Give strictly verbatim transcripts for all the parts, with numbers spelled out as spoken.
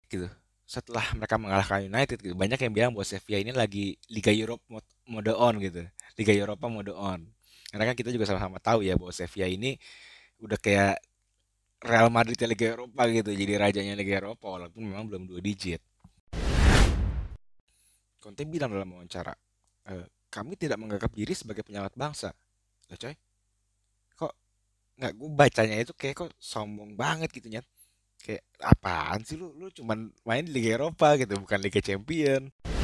gitu. Setelah mereka mengalahkan United gitu. Banyak yang bilang bahwa Sevilla ini lagi Liga Europe mod- mode on gitu. Liga Eropa mode on. Karena kan kita juga sama-sama tahu ya bahwa Sevilla ini udah kayak Real Madrid Liga Eropa gitu. Jadi rajanya Liga Eropa walaupun memang belum dua digit. Conte bilang dalam wawancara, "Eh, kami tidak menganggap diri sebagai penyelamat bangsa." Lah coy, kok nggak gue bacanya itu kayak kok sombong banget gitu ya. Kayak apaan sih lu lu cuman main di Liga Eropa gitu, bukan Liga Champion.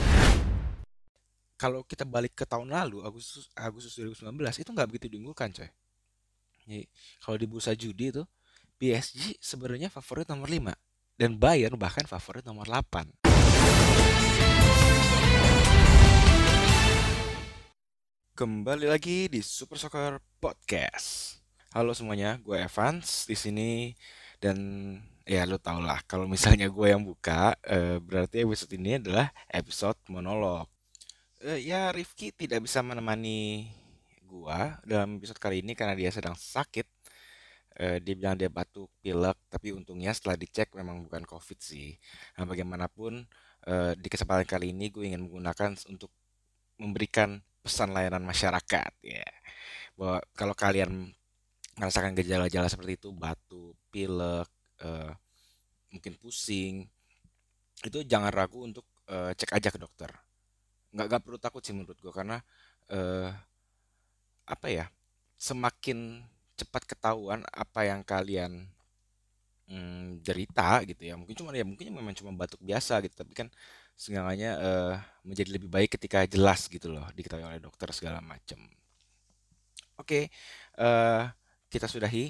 Kalau kita balik ke tahun lalu, Agustus Agustus dua ribu sembilan belas itu nggak begitu diunggulkan coy. Jadi, kalau di bursa judi itu P S G sebenarnya favorit nomor lima dan Bayern bahkan favorit nomor delapan. Kembali lagi di Super Soccer Podcast. Halo semuanya, gue Evans di sini dan ya lu tau lah kalau misalnya gue yang buka, eh, berarti episode ini adalah episode monolog. Eh, ya Rifki tidak bisa menemani gua dalam episode kali ini karena dia sedang sakit. Eh, dia bilang dia batuk, pilek, tapi untungnya setelah dicek memang bukan COVID sih. Nah, bagaimanapun eh, di kesempatan kali ini gue ingin menggunakan untuk memberikan pesan layanan masyarakat ya. Bahwa kalau kalian merasakan gejala-gejala seperti itu, batuk, pilek, eh, mungkin pusing, itu jangan ragu untuk eh, cek aja ke dokter. Nggak, nggak perlu takut sih menurut gue karena eh, apa ya, semakin cepat ketahuan apa yang kalian mm, derita gitu ya, mungkin cuma ya mungkin memang cuma batuk biasa gitu, tapi kan seenggaknya eh, menjadi lebih baik ketika jelas gitu loh diketahui oleh dokter segala macam. Oke, eh kita sudahi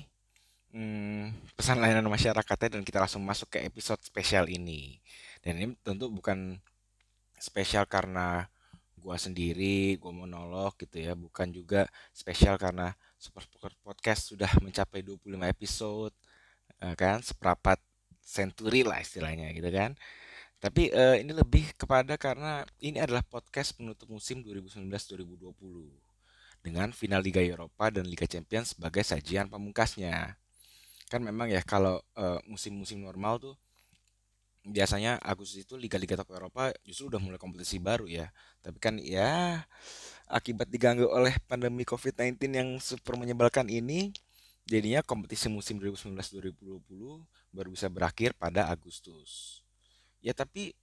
mm, pesan layanan masyarakatnya dan kita langsung masuk ke episode spesial ini. Dan ini tentu bukan spesial karena gua sendiri, gua monolog gitu ya, bukan juga spesial karena Super Poker Podcast sudah mencapai dua puluh lima episode, eh, kan, seperempat century lah istilahnya gitu kan. Tapi eh, ini lebih kepada karena ini adalah podcast penutup musim dua ribu sembilan belas-dua ribu dua puluh dengan final Liga Eropa dan Liga Champions sebagai sajian pamungkasnya. Kan memang ya kalau eh, musim-musim normal tuh biasanya Agustus itu liga-liga top Eropa justru udah mulai kompetisi baru ya. Tapi kan ya akibat diganggu oleh pandemi covid sembilan belas yang super menyebalkan ini, jadinya kompetisi musim dua ribu sembilan belas-dua ribu dua puluh baru bisa berakhir pada Agustus. Ya tapi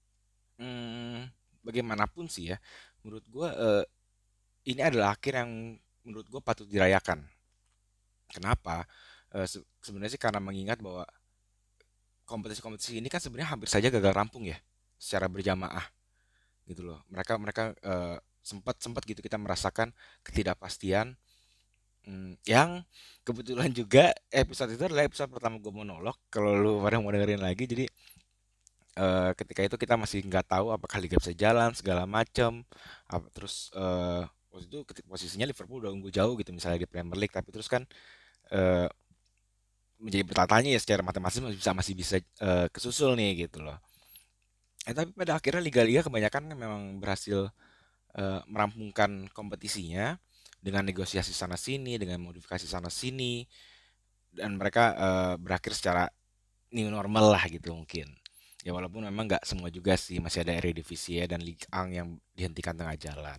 hmm, bagaimanapun sih ya, menurut gua eh, ini adalah akhir yang menurut gua patut dirayakan. Kenapa? Eh, se- sebenarnya sih karena mengingat bahwa kompetisi-kompetisi ini kan sebenarnya hampir saja gagal rampung ya secara berjamaah gitu loh. Mereka mereka eh, sempat sempat gitu kita merasakan ketidakpastian. Hmm, yang kebetulan juga episode itu adalah episode pertama gue monolog. Kalau lu pada mau dengerin lagi, jadi eh, ketika itu kita masih nggak tahu apakah liga bisa jalan segala macam. Apa terus eh, waktu itu ketika posisinya Liverpool udah unggul jauh gitu misalnya di Premier League, tapi terus kan eh, menjadi bertanya ya secara matematis masih bisa masih bisa eh, kesusul nih gitu loh. Eh, tapi pada akhirnya liga-liga kebanyakan kan memang berhasil eh, merampungkan kompetisinya dengan negosiasi sana sini, dengan modifikasi sana sini, dan mereka eh, berakhir secara new normal lah gitu mungkin. Ya walaupun memang nggak semua juga sih, masih ada Eredivisie dan Ligue satu yang dihentikan tengah jalan.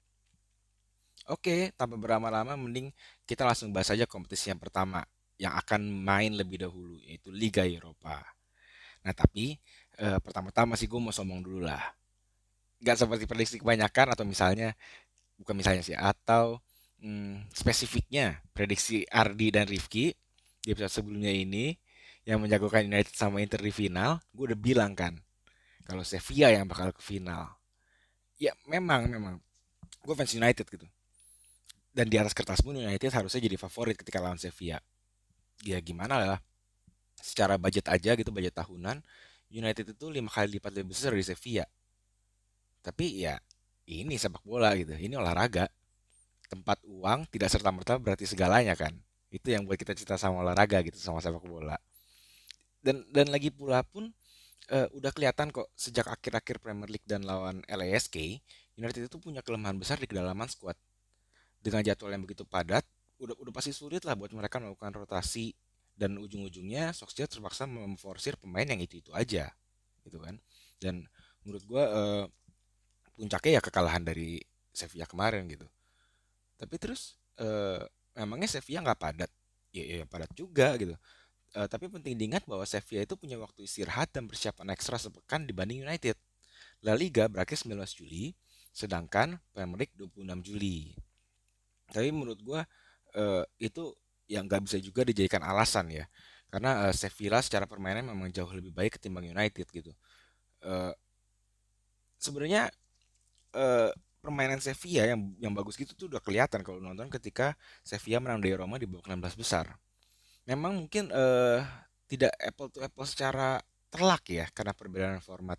Oke, tanpa berlama-lama mending kita langsung bahas aja kompetisi yang pertama yang akan main lebih dahulu yaitu Liga Eropa. Nah tapi eh, pertama-tama sih gue mau sombong dulu lah. Nggak seperti prediksi kebanyakan atau misalnya bukan misalnya sih atau hmm, spesifiknya prediksi Ardi dan Rifki di episode sebelumnya ini yang menjagokan United sama Inter di final, gue udah bilang kan kalau Sevilla yang bakal ke final. Ya memang memang gue fans United gitu. Dan di atas kertas pun United harusnya jadi favorit ketika lawan Sevilla. Ya gimana lah, secara budget aja gitu, budget tahunan, United itu lima kali lipat lebih besar dari Sevilla. Tapi ya ini sepak bola gitu, ini olahraga. Tempat uang tidak serta-merta berarti segalanya kan. Itu yang buat kita cinta sama olahraga gitu, sama sepak bola. Dan dan lagi pula pun eh, udah kelihatan kok sejak akhir-akhir Premier League dan lawan L A S K, United itu punya kelemahan besar di kedalaman skuad. Dengan jadwal yang begitu padat, udah udah pasti sulit lah buat mereka melakukan rotasi dan ujung-ujungnya Solskjaer terpaksa memforsir pemain yang itu-itu aja. gitu kan. Dan menurut gua eh, puncaknya ya kekalahan dari Sevilla kemarin gitu. Tapi terus eh, emangnya Sevilla nggak padat? Ya, ya padat juga gitu. Eh, tapi penting diingat bahwa Sevilla itu punya waktu istirahat dan persiapan ekstra sepekan dibanding United. La Liga berakhir sembilan belas Juli, sedangkan Premier League dua puluh enam Juli. Tapi menurut gua eh, itu yang nggak bisa juga dijadikan alasan ya, karena eh, Sevilla secara permainan memang jauh lebih baik ketimbang United gitu. Eh, Sebenarnya eh, permainan Sevilla yang yang bagus gitu tuh udah kelihatan kalau nonton ketika Sevilla menang dari Roma di babak enam belas besar. Memang mungkin eh, tidak apple to apple secara telak ya karena perbedaan format.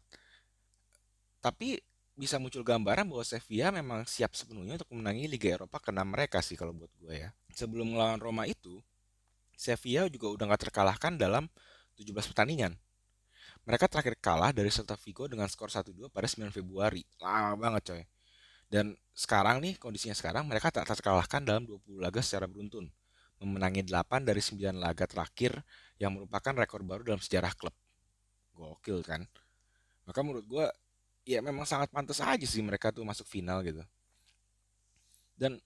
Tapi bisa muncul gambaran bahwa Sevilla memang siap sepenuhnya untuk memenangi Liga Eropa karena mereka sih kalau buat gue ya. Sebelum melawan Roma itu, Sevilla juga udah nggak terkalahkan dalam tujuh belas pertandingan. Mereka terakhir kalah dari Celta Vigo dengan skor satu dua pada sembilan Februari. Lama banget coy. Dan sekarang nih, kondisinya sekarang mereka tak terkalahkan dalam dua puluh laga secara beruntun. Memenangi delapan dari sembilan laga terakhir yang merupakan rekor baru dalam sejarah klub. Gokil kan? Maka menurut gue, ya memang sangat pantas aja sih mereka tuh masuk final gitu. Dan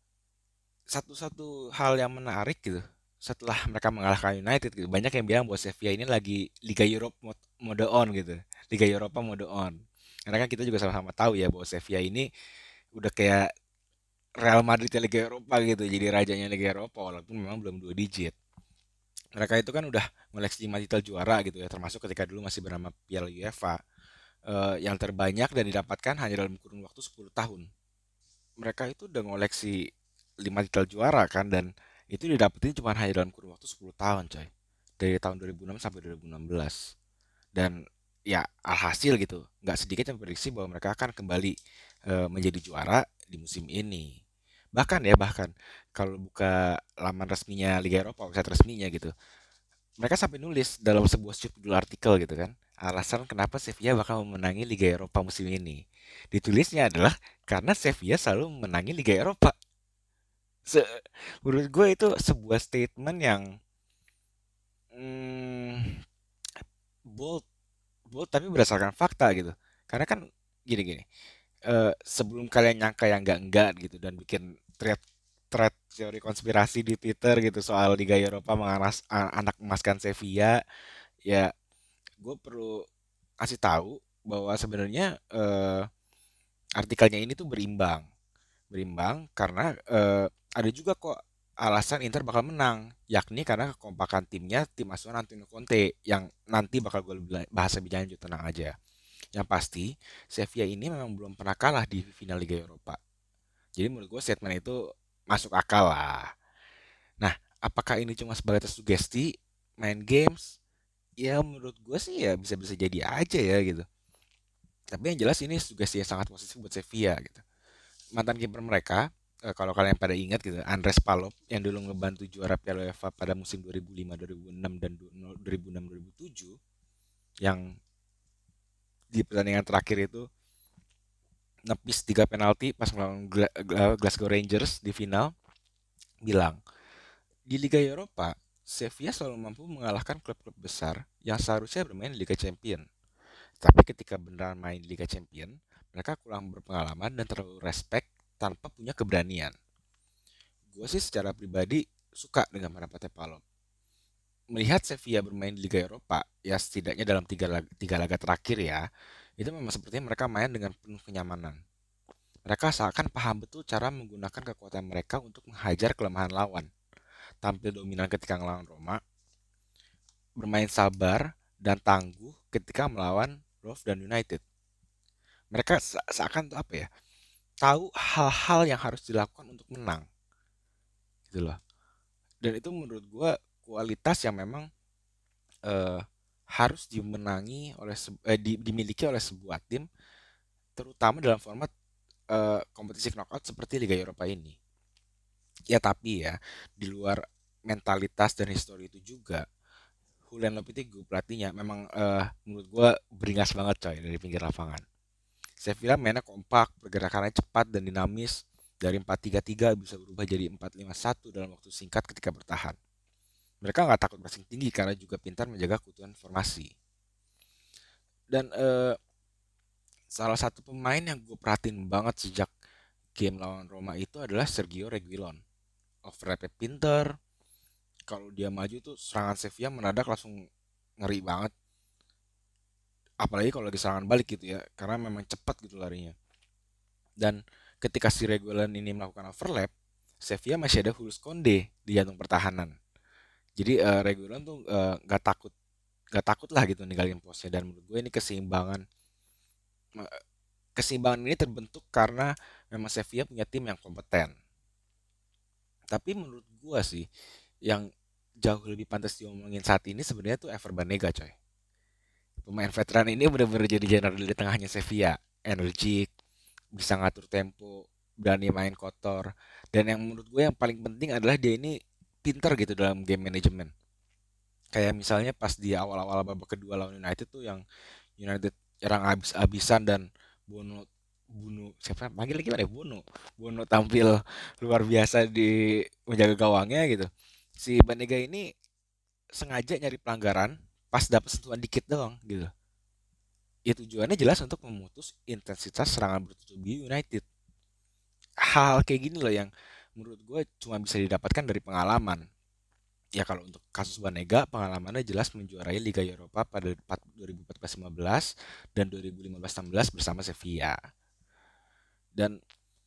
satu-satu hal yang menarik gitu, setelah mereka mengalahkan United gitu, banyak yang bilang bahwa Sevilla ini lagi Liga Europe mode on gitu. Liga Eropa mode on. Karena kan kita juga sama-sama tahu ya bahwa Sevilla ini udah kayak Real Madrid ya Liga Eropa gitu, jadi rajanya Liga Eropa walaupun memang belum dua digit. Mereka itu kan udah ngoleksi lima titel juara gitu ya, termasuk ketika dulu masih bernama Piala UEFA. Eh, yang terbanyak dan didapatkan hanya dalam kurun waktu sepuluh tahun. Mereka itu udah ngoleksi lima titel juara kan, dan itu didapetin cuma hanya dalam kurun waktu sepuluh tahun coy. Dari tahun dua ribu enam sampai dua ribu enam belas. Dan ya alhasil gitu, nggak sedikit yang prediksi bahwa mereka akan kembali eh, menjadi juara di musim ini. Bahkan ya, bahkan kalau buka laman resminya Liga Eropa, website resminya gitu, mereka sampai nulis dalam sebuah judul artikel gitu kan, alasan kenapa Sevilla bakal memenangi Liga Eropa musim ini. Ditulisnya adalah karena Sevilla selalu memenangi Liga Eropa. Se Menurut gue itu sebuah statement yang mm, bold, bold tapi berdasarkan fakta gitu. Karena kan gini-gini, eh, sebelum kalian nyangka yang enggak-enggak gitu dan bikin thread thread teori konspirasi di Twitter gitu soal Liga Eropa menganas a- anak emaskan Sevilla, ya gue perlu kasih tahu bahwa sebenarnya eh, artikelnya ini tuh berimbang, berimbang karena eh, ada juga kok alasan Inter bakal menang, yakni karena kekompakan timnya tim asuhan Antonio Conte yang nanti bakal gue bahas lebih lanjut, tenang aja. Yang pasti Sevilla ini memang belum pernah kalah di final Liga Eropa. Jadi menurut gue statement itu masuk akal lah. Nah, apakah ini cuma sebagai sugesti main games? Ya menurut gue sih ya bisa-bisa jadi aja ya gitu. Tapi yang jelas ini sugesti yang sangat positif buat Sevilla gitu. Mantan kiper mereka, eh, kalau kalian pada ingat gitu, Andres Palop yang dulu ngebantu juara Piala UEFA pada musim dua ribu lima, dua ribu enam dan dua ribu enam dua ribu tujuh, yang di pertandingan terakhir itu nepis tiga penalti pas melawan Glasgow Rangers di final, bilang di Liga Eropa Sevilla selalu mampu mengalahkan klub-klub besar yang seharusnya bermain di Liga Champion. Tapi ketika beneran main di Liga Champion, mereka kurang berpengalaman dan terlalu respect tanpa punya keberanian. Gue sih secara pribadi suka dengan pendapatnya Palop. Melihat Sevilla bermain di Liga Eropa, ya setidaknya dalam tiga laga, tiga laga terakhir ya, itu memang sepertinya mereka main dengan penuh kenyamanan. Mereka seakan paham betul cara menggunakan kekuatan mereka untuk menghajar kelemahan lawan. Tampil dominan ketika melawan Roma, bermain sabar dan tangguh ketika melawan Love dan United. Mereka seakan tuh apa ya, tahu hal-hal yang harus dilakukan untuk menang, gitu loh. Dan itu menurut gue kualitas yang memang eh, harus dimenangi oleh eh, di- dimiliki oleh sebuah tim, terutama dalam format eh, kompetisi knockout seperti Liga Eropa ini. Ya tapi ya, di luar mentalitas dan histori itu juga, Julian Lopetegui pelatihnya memang eh, menurut gue beringas banget coy dari pinggir lapangan. Sevilla mainnya kompak, pergerakannya cepat dan dinamis. Dari empat tiga tiga bisa berubah jadi empat lima satu dalam waktu singkat ketika bertahan. Mereka nggak takut pressing tinggi karena juga pintar menjaga keutuhan formasi. Dan eh, salah satu pemain yang gue perhatiin banget sejak game lawan Roma itu adalah Sergio Reguilon. Overlapnya pinter, kalau dia maju tuh serangan Sevilla menadak langsung ngeri banget. Apalagi kalau lagi serangan balik gitu ya, karena memang cepat gitu larinya. Dan ketika si Reguilon ini melakukan overlap, Sevilla masih ada Jules Konde di jantung pertahanan. Jadi eh, Reguilon tuh eh, nggak takut nggak takut lah gitu ninggalin posnya, dan menurut gue ini keseimbangan keseimbangan ini terbentuk karena memang Sevilla punya tim yang kompeten. Tapi menurut gue sih yang jauh lebih pantas diomongin saat ini sebenarnya tuh Ever Banega coy. Pemain veteran ini benar-benar jadi general di tengahnya Sevilla. Energik, bisa ngatur tempo, berani main kotor. Dan yang menurut gue yang paling penting adalah dia ini pinter gitu dalam game management. Kayak misalnya pas di awal-awal babak kedua lawan United tuh yang United nyerang habis-habisan dan Bono Bono siapa panggil lagi mana ya? Bono Bono tampil luar biasa di menjaga gawangnya gitu. Si Banega ini sengaja nyari pelanggaran pas dapat sentuhan dikit doang gitu. Ya tujuannya jelas untuk memutus intensitas serangan bertujuh United. Hal kayak gini loh yang menurut gue cuma bisa didapatkan dari pengalaman. Ya kalau untuk kasus Banega, pengalamannya jelas menjuarai Liga Eropa pada dua ribu empat belas-lima belas dan dua ribu lima belas-enam belas bersama Sevilla. Dan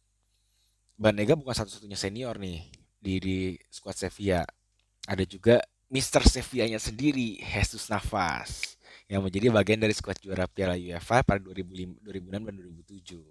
Banega bukan satu-satunya senior nih di, di skuad Sevilla. Ada juga Mister Sevilla-nya sendiri, Jesus Navas, yang menjadi bagian dari skuad juara Piala UEFA pada dua ribu lima, dua ribu enam dan dua ribu tujuh.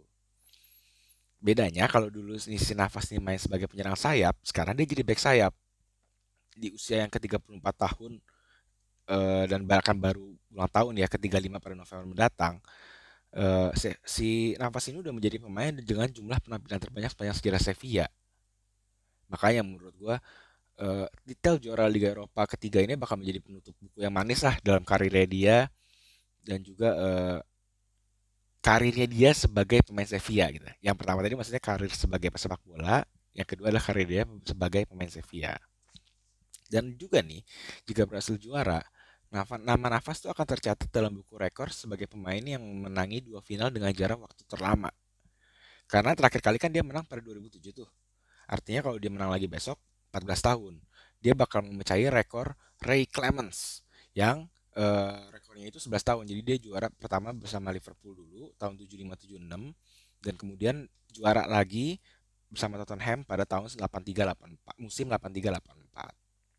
Bedanya kalau dulu si Navas nih main sebagai penyerang sayap, sekarang dia jadi back sayap. Di usia yang ke tiga puluh empat tahun eh, dan bahkan baru ulang tahun ya ke tiga puluh lima pada November mendatang, eh, si, si Navas ini udah menjadi pemain dengan jumlah penampilan terbanyak sepanjang sejarah Sevilla. Makanya menurut gua eh, detail juara Liga Eropa ketiga ini bakal menjadi penutup buku yang manis lah dalam karirnya dia, dan juga eh, karirnya dia sebagai pemain Sevilla gitu. Yang pertama tadi maksudnya karir sebagai pesepak bola, yang kedua adalah karir dia sebagai pemain Sevilla. Dan juga nih, jika berhasil juara, nama Navas itu akan tercatat dalam buku rekor sebagai pemain yang menangi dua final dengan jarak waktu terlama. Karena terakhir kali kan dia menang pada dua ribu tujuh tuh. Artinya kalau dia menang lagi besok, empat belas tahun, dia bakal memecahi rekor Ray Clemens yang eh, rekornya itu sebelas tahun. Jadi dia juara pertama bersama Liverpool dulu tahun tujuh lima tujuh enam, dan kemudian juara lagi bersama Tottenham pada tahun delapan tiga delapan empat, musim delapan tiga delapan empat.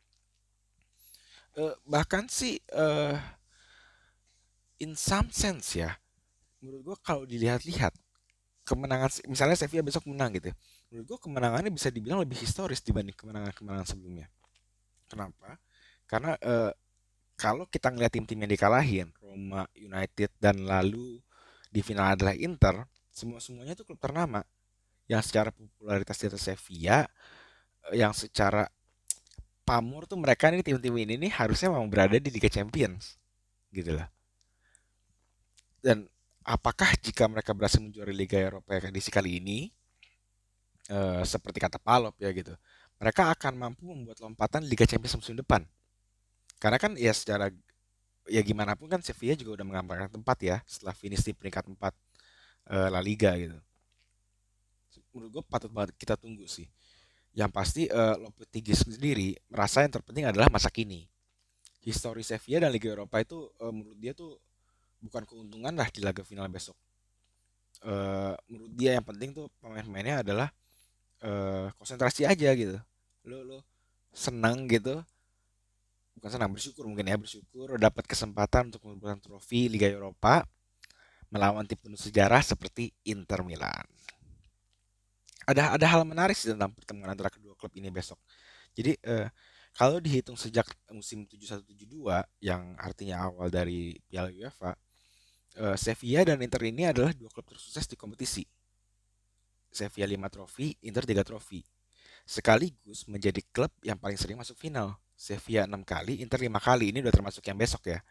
Eh, bahkan sih eh, in some sense ya, menurut gua kalau dilihat-lihat kemenangan misalnya Sevilla besok menang gitu, menurut gua kemenangannya bisa dibilang lebih historis dibanding kemenangan-kemenangan sebelumnya. Kenapa? Karena eh, kalau kita ngeliat tim-tim yang dikalahin, Roma, United, dan lalu di final adalah Inter, semua-semuanya itu klub ternama yang secara popularitas di atas Sevilla, eh, yang secara pamor tuh mereka nih tim-tim ini nih harusnya memang berada di Liga Champions gitu lah. Dan apakah jika mereka berhasil menjuari Liga Eropa yang edisi kali ini, eh, seperti kata Palop ya gitu, mereka akan mampu membuat lompatan Liga Champions musim depan. Karena kan ya secara ya gimana pun kan Sevilla juga udah mengamankan tempat ya setelah finish di peringkat empat eh, La Liga gitu. Menurut gue patut banget kita tunggu sih. Yang pasti eh, Lopetegui sendiri merasa yang terpenting adalah masa kini. Histori Sevilla dan Liga Eropa itu eh, menurut dia tuh bukan keuntungan lah di laga final besok. Eh, menurut dia yang penting tuh pemain-pemainnya adalah eh, konsentrasi aja gitu. Lo lo senang gitu, bukan senang, bersyukur mungkin ya, bersyukur dapat kesempatan untuk merebutkan trofi Liga Eropa melawan tim penuh sejarah seperti Inter Milan. Ada ada hal menarik sih tentang pertemuan antara kedua klub ini besok. Jadi eh, kalau dihitung sejak musim tujuh satu tujuh dua yang artinya awal dari Piala UEFA, eh, Sevilla dan Inter ini adalah dua klub tersukses di kompetisi. Sevilla lima trofi, Inter tiga trofi. Sekaligus menjadi klub yang paling sering masuk final. Sevilla enam kali, Inter lima kali. Ini udah termasuk yang besok ya.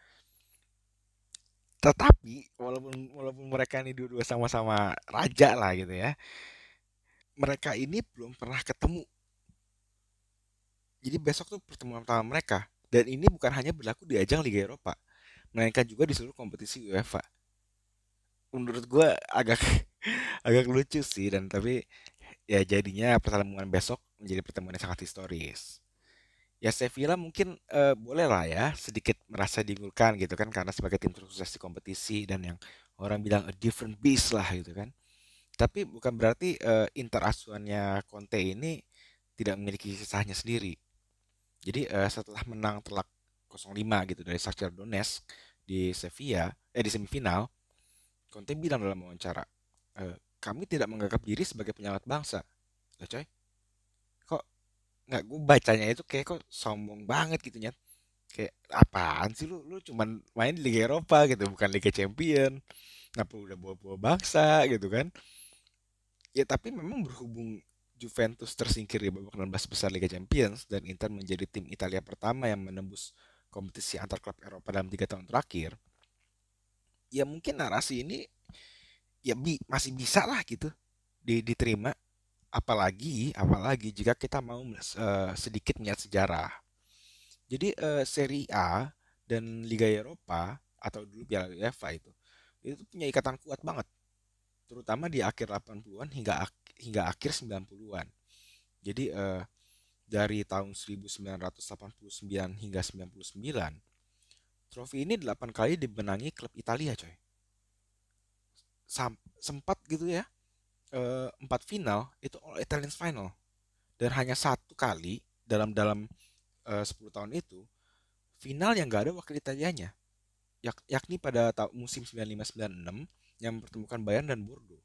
Tetapi walaupun walaupun mereka ini dua-dua sama-sama raja lah gitu ya, mereka ini belum pernah ketemu. Jadi besok tuh pertemuan pertama mereka. Dan ini bukan hanya berlaku di ajang Liga Eropa. melainkan juga di seluruh kompetisi UEFA. Menurut gue agak agak lucu sih, dan tapi ya jadinya pertemuan besok menjadi pertemuan yang sangat historis. Ya Sevilla mungkin eh, boleh lah ya sedikit merasa diunggulkan gitu kan, karena sebagai tim tersukses di kompetisi dan yang orang bilang a different beast lah gitu kan. Tapi bukan berarti eh, Inter asuhannya Conte ini tidak memiliki kisahnya sendiri. Jadi eh, setelah menang telak nol lima gitu dari Shakhtar Donetsk di Sevilla, eh di semifinal, Conte bilang dalam wawancara, "Eh, kami tidak menganggap diri sebagai penyelamat bangsa." Lah coy, kok nggak, gue bacanya itu kayak kok sombong banget gitu ya. Kayak apaan sih, lu lu cuman main di Liga Eropa gitu, bukan Liga Champion. Ngapa udah bawa-bawa bangsa gitu kan. Ya tapi memang berhubung Juventus tersingkir di babak enam belas besar Liga Champions dan Inter menjadi tim Italia pertama yang menembus kompetisi antar klub Eropa dalam tiga tahun terakhir, ya mungkin narasi ini ya bi- masih bisa lah gitu di- diterima. Apalagi apalagi jika kita mau eh, sedikit melihat sejarah. Jadi eh, Serie A dan Liga Eropa atau dulu Piala UEFA itu itu punya ikatan kuat banget, terutama di akhir delapan puluhan hingga ak- hingga akhir sembilan puluhan-an. Jadi eh, dari tahun seribu sembilan ratus delapan puluh sembilan hingga sembilan puluh sembilan, trofi ini delapan kali dimenangi klub Italia, coy. Sam- sempat gitu ya, eh, empat final itu all Italians final, dan hanya satu kali dalam dalam eh, sepuluh tahun itu final yang gak ada wakil Italianya, yak- yakni pada ta- musim sembilan puluh lima sembilan puluh enam yang mempertemukan Bayern dan Bordeaux.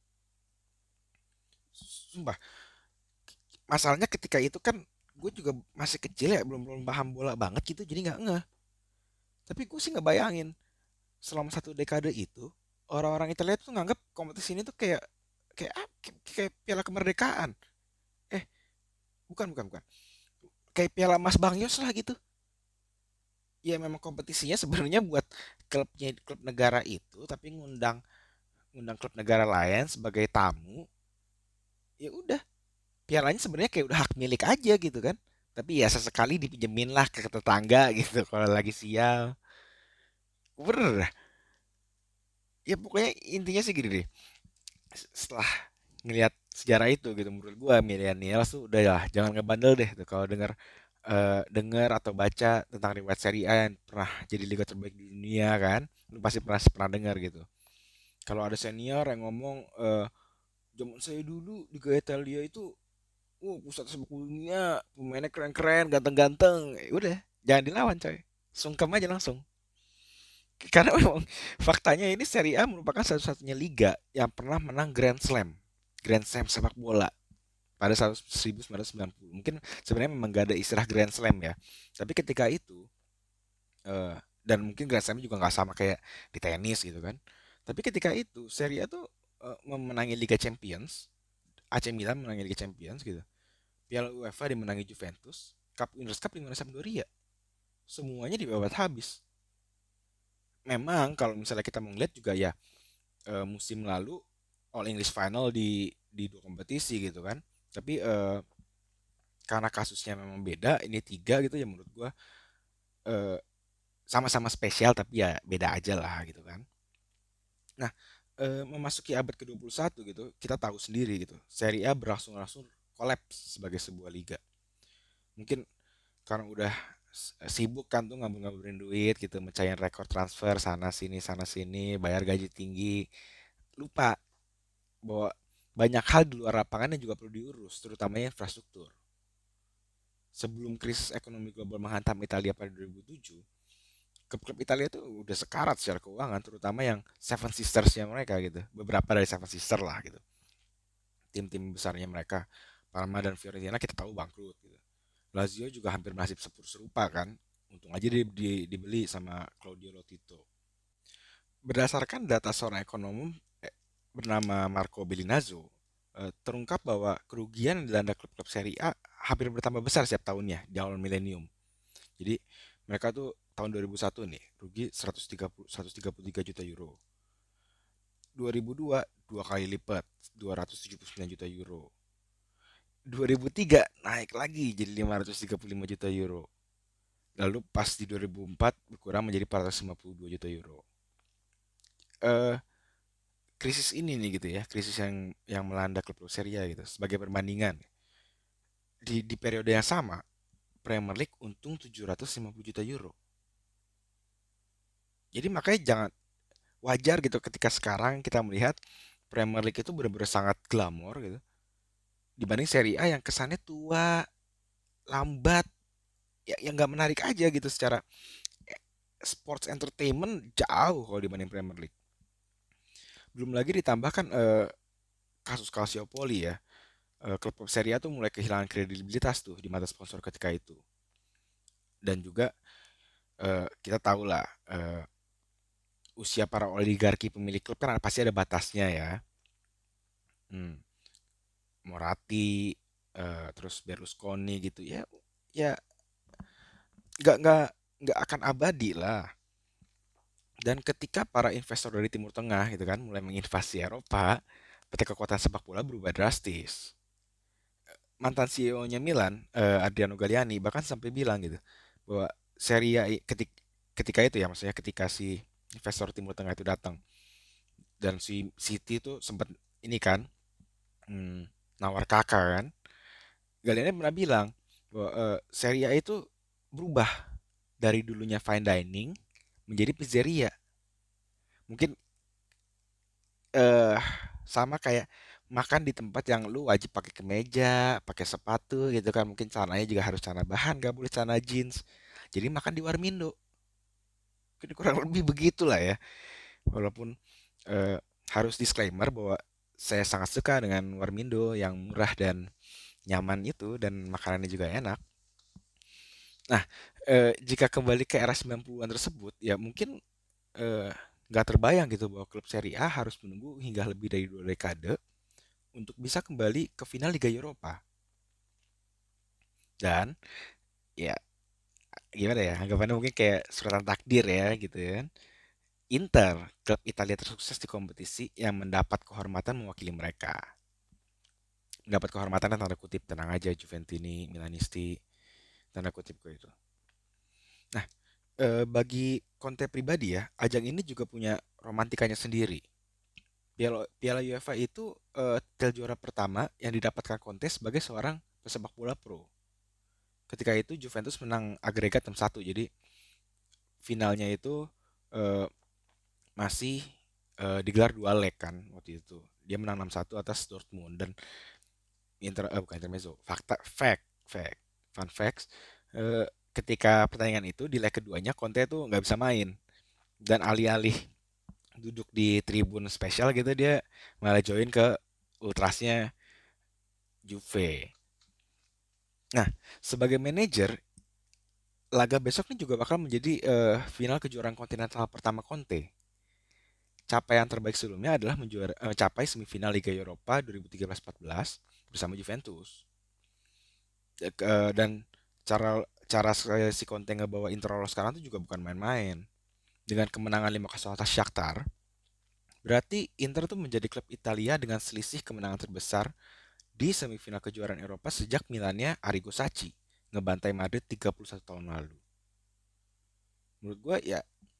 Sumpah, masalahnya ketika itu kan gue juga masih kecil ya, belum belum paham bola banget gitu, jadi nggak ngeh. Tapi gue sih nggak bayangin selama satu dekade itu orang-orang Italia tuh nganggap kompetisi ini tuh kayak kayak ah, kayak, kayak piala kemerdekaan. Eh, bukan bukan bukan. Kayak piala Mas Bang Yos lah gitu. Ya memang kompetisinya sebenarnya buat klubnya klub negara itu, tapi ngundang ngundang klub negara lain sebagai tamu. Ya udah, pialanya sebenarnya kayak udah hak milik aja gitu kan. Tapi ya sesekali dipinjemin lah ke tetangga gitu kalau lagi sial. Bener. Ya pokoknya intinya sih gini deh. Setelah ngelihat sejarah itu gitu, menurut gua milenial tuh udah ya jangan ngebandel deh tuh kalau dengar eh, dengar atau baca tentang riwayat Serie A yang pernah jadi liga terbaik di dunia kan. Lu pasti pernah pernah dengar gitu. Kalau ada senior yang ngomong eh zaman saya dulu Liga Italia itu uh pusat sepak dunia, pemainnya keren-keren, ganteng-ganteng. Eh, udah, jangan dilawan coy. Sungkem aja langsung. Karena memang faktanya ini Serie A merupakan satu-satunya liga yang pernah menang Grand Slam. Grand Slam sepak bola pada tahun seribu sembilan ratus sembilan puluh. Mungkin sebenarnya memang gak ada istilah Grand Slam ya. Tapi ketika itu eh, dan mungkin Grand Slam juga nggak sama kayak di tenis gitu kan. Tapi ketika itu Serie A tuh eh, memenangi Liga Champions, A C Milan menangi Liga Champions gitu. Piala UEFA dimenangi Juventus, Cup Winners' Cup dimenangi Sampdoria. Semuanya dibabat habis. Memang kalau misalnya kita mau ngeliat juga ya eh, musim lalu All English Final di di dua kompetisi gitu kan. Tapi eh, karena kasusnya memang beda, ini tiga gitu ya menurut gua eh, sama-sama spesial tapi ya beda aja lah gitu kan. Nah, eh, memasuki abad ke dua puluh satu gitu, kita tahu sendiri gitu. Serie A berangsur-angsur kolaps sebagai sebuah liga. Mungkin karena udah s- sibuk kan tuh ngabur-ngaburin duit gitu, mecahin rekor transfer sana sini sana sini, bayar gaji tinggi, lupa bahwa banyak hal di luar lapangan yang juga perlu diurus, terutamanya infrastruktur. Sebelum krisis ekonomi global menghantam Italia pada dua ribu tujuh, klub-klub Italia itu udah sekarat secara keuangan, terutama yang Seven Sisters-nya mereka gitu. Beberapa dari Seven Sisters lah gitu. Tim-tim besarnya mereka, Parma dan Fiorentina kita tahu bangkrut gitu. Lazio juga hampir nasib serupa kan. Untung aja di, di- dibeli sama Claudio Lotito. Berdasarkan data seorang ekonom eh, bernama Marco Bellinazzo, eh, terungkap bahwa kerugian yang dilanda klub-klub Serie A hampir bertambah besar setiap tahunnya di awal milenium. Jadi mereka tuh tahun dua ribu satu nih rugi seratus tiga puluh seratus tiga puluh tiga juta euro. dua ribu dua dua kali lipat dua ratus tujuh puluh sembilan juta euro. dua ribu tiga naik lagi jadi lima ratus tiga puluh lima juta euro. Lalu pas di dua ribu empat berkurang menjadi empat ratus lima puluh dua juta euro. Eh krisis ini nih gitu ya, krisis yang yang melanda klub Serie A gitu. Sebagai perbandingan, di di periode yang sama Premier League untung tujuh ratus lima puluh juta euro. Jadi makanya jangan wajar gitu ketika sekarang kita melihat Premier League itu benar-benar sangat glamor gitu dibanding Serie A yang kesannya tua, lambat, ya yang nggak menarik aja gitu secara eh, sports entertainment jauh kalau dibanding Premier League. Belum lagi ditambahkan eh, kasus Calciopoli ya. Eh, klub Serie A tuh mulai kehilangan kredibilitas tuh di mata sponsor ketika itu. Dan juga eh, kita tahu lah eh, usia para oligarki pemilik klub kan pasti ada batasnya ya. Hmm, Moratti, eh, terus Berlusconi gitu ya, ya nggak nggak nggak akan abadi lah. Dan ketika para investor dari Timur Tengah gitu kan mulai menginvasi Eropa, peta kekuatan sepak bola berubah drastis. Mantan C E O-nya Milan, eh, Adriano Galliani bahkan sampai bilang gitu bahwa Serie A i- ketik, ketika itu ya maksudnya ketika si investor Timur Tengah itu datang dan si City itu sempat ini kan hmm, nawar kakak kan. Galliani pernah bilang bahwa eh, Serie A itu berubah dari dulunya fine dining menjadi pizzeria. Mungkin eh sama kayak makan di tempat yang lu wajib pakai kemeja, pakai sepatu gitu kan. Mungkin celananya juga harus celana bahan, gak boleh celana jeans. Jadi makan di Warmindo. Mungkin kurang lebih begitulah ya. Walaupun eh, harus disclaimer bahwa saya sangat suka dengan Warmindo yang murah dan nyaman itu dan makanannya juga enak. Nah, eh, jika kembali ke era sembilan puluhan tersebut, ya mungkin eh, nggak terbayang gitu bahwa klub Serie A harus menunggu hingga lebih dari dua dekade untuk bisa kembali ke final Liga Eropa. Dan ya gimana ya, anggapannya mungkin kayak suratan takdir ya gitu ya. Inter, klub Italia tersukses di kompetisi yang mendapat kehormatan mewakili mereka. Mendapat kehormatan dan tanda kutip, tenang aja Juventini, Milanisti, tanda kutip gue itu. Nah, eh, bagi Conte pribadi ya, ajang ini juga punya romantikanya sendiri. Piala, Piala UEFA itu eh, titel juara pertama yang didapatkan Conte sebagai seorang pesepak bola pro. Ketika itu Juventus menang agregat enam satu. Jadi finalnya itu eh, masih eh, digelar dua leg kan waktu itu. Dia menang enam satu atas Dortmund dan inter eh, bukan intermezzo. Fakta fact fact fun facts eh, ketika pertandingan itu di leg keduanya Conte tuh nggak bisa main dan alih-alih duduk di tribun spesial gitu dia malah join ke ultrasnya Juve. Nah, sebagai manajer laga besok ini juga bakal menjadi eh, final kejuaraan kontinental pertama Conte. Capaian terbaik sebelumnya adalah menjuara, eh, mencapai semifinal Liga Eropa dua ribu tiga belas empat belas bersama Juventus. Eh, ke- Dan cara cara si Conte ngebawa Inter lolos sekarang itu juga bukan main-main. Dengan kemenangan lima kosong atas Shakhtar, berarti Inter tuh menjadi klub Italia dengan selisih kemenangan terbesar di semifinal kejuaraan Eropa sejak Milannya Arrigo Sacchi ngebantai Madrid tiga puluh satu tahun lalu. Menurut gue ya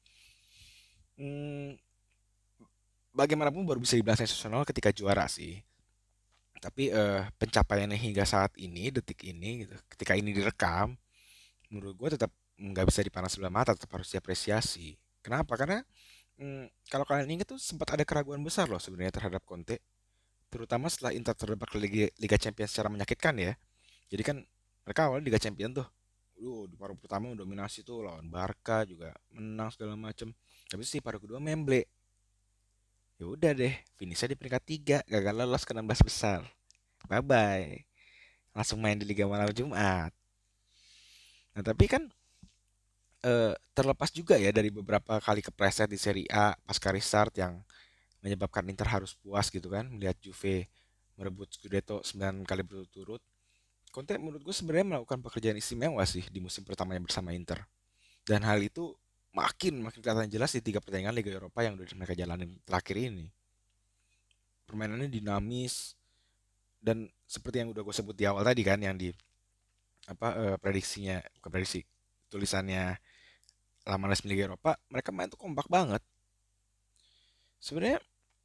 hmm, bagaimanapun baru bisa dibilang sensasional ketika juara sih. Tapi eh, pencapaiannya hingga saat ini, detik ini, gitu, ketika ini direkam, menurut gue tetap nggak bisa dipandang sebelah mata, tetap harus diapresiasi. Kenapa? Karena mm, kalau kalian ingat tuh sempat ada keraguan besar loh sebenarnya terhadap Conte, terutama setelah Inter terjebak ke Liga, Liga Champions secara menyakitkan ya. Jadi kan mereka awalnya Liga Champions tuh, Duh, di paruh pertama dominasi tuh lawan Barca juga menang segala macem. Tapi sih paruh kedua memble. Ya udah deh, finishnya di peringkat tiga, gagal lolos ke enam belas besar. Bye bye. Langsung main di Liga Malam Jumat. Nah, tapi kan eh, terlepas juga ya dari beberapa kali kepleset di Serie A pasca restart yang menyebabkan Inter harus puas gitu kan melihat Juve merebut Scudetto sembilan kali berturut-turut. Conte menurut gue sebenarnya melakukan pekerjaan istimewa sih di musim pertamanya bersama Inter. Dan hal itu makin makin kelihatan jelas di tiga pertandingan Liga Eropa yang udah mereka jalanin terakhir ini. Permainannya dinamis dan seperti yang udah gue sebut di awal tadi kan yang di apa eh, prediksinya bukan prediksi tulisannya La Malas Liga Eropa, mereka main tuh kompak banget. Sebenarnya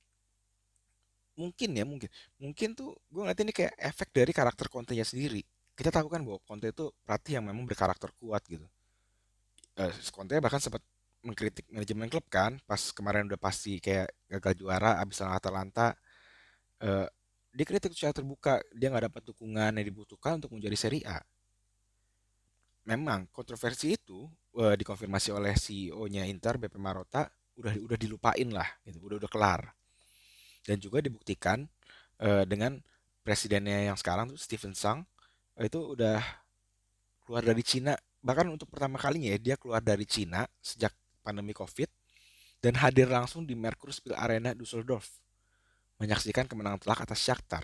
mungkin ya mungkin mungkin tuh gue ngeliat ini kayak efek dari karakter Conte-nya sendiri. Kita tahu kan bahwa Conte itu pelatih yang memang berkarakter kuat gitu. Eh, Conte bahkan sempat mengkritik manajemen klub kan pas kemarin udah pasti kayak gagal juara abis lawan Atalanta. eh, Dia kritik secara terbuka, dia nggak dapat dukungan yang dibutuhkan untuk menjadi Serie A. Memang kontroversi itu eh, dikonfirmasi oleh C E O-nya Inter B P Marotta, udah udah dilupain lah gitu, udah udah kelar. Dan juga dibuktikan eh, dengan presidennya yang sekarang tuh Steven Sang, eh, itu udah keluar dari Cina, bahkan untuk pertama kalinya ya dia keluar dari Cina sejak pandemi Covid dan hadir langsung di Merkurspiel Arena Düsseldorf menyaksikan kemenangan telak atas Shakhtar.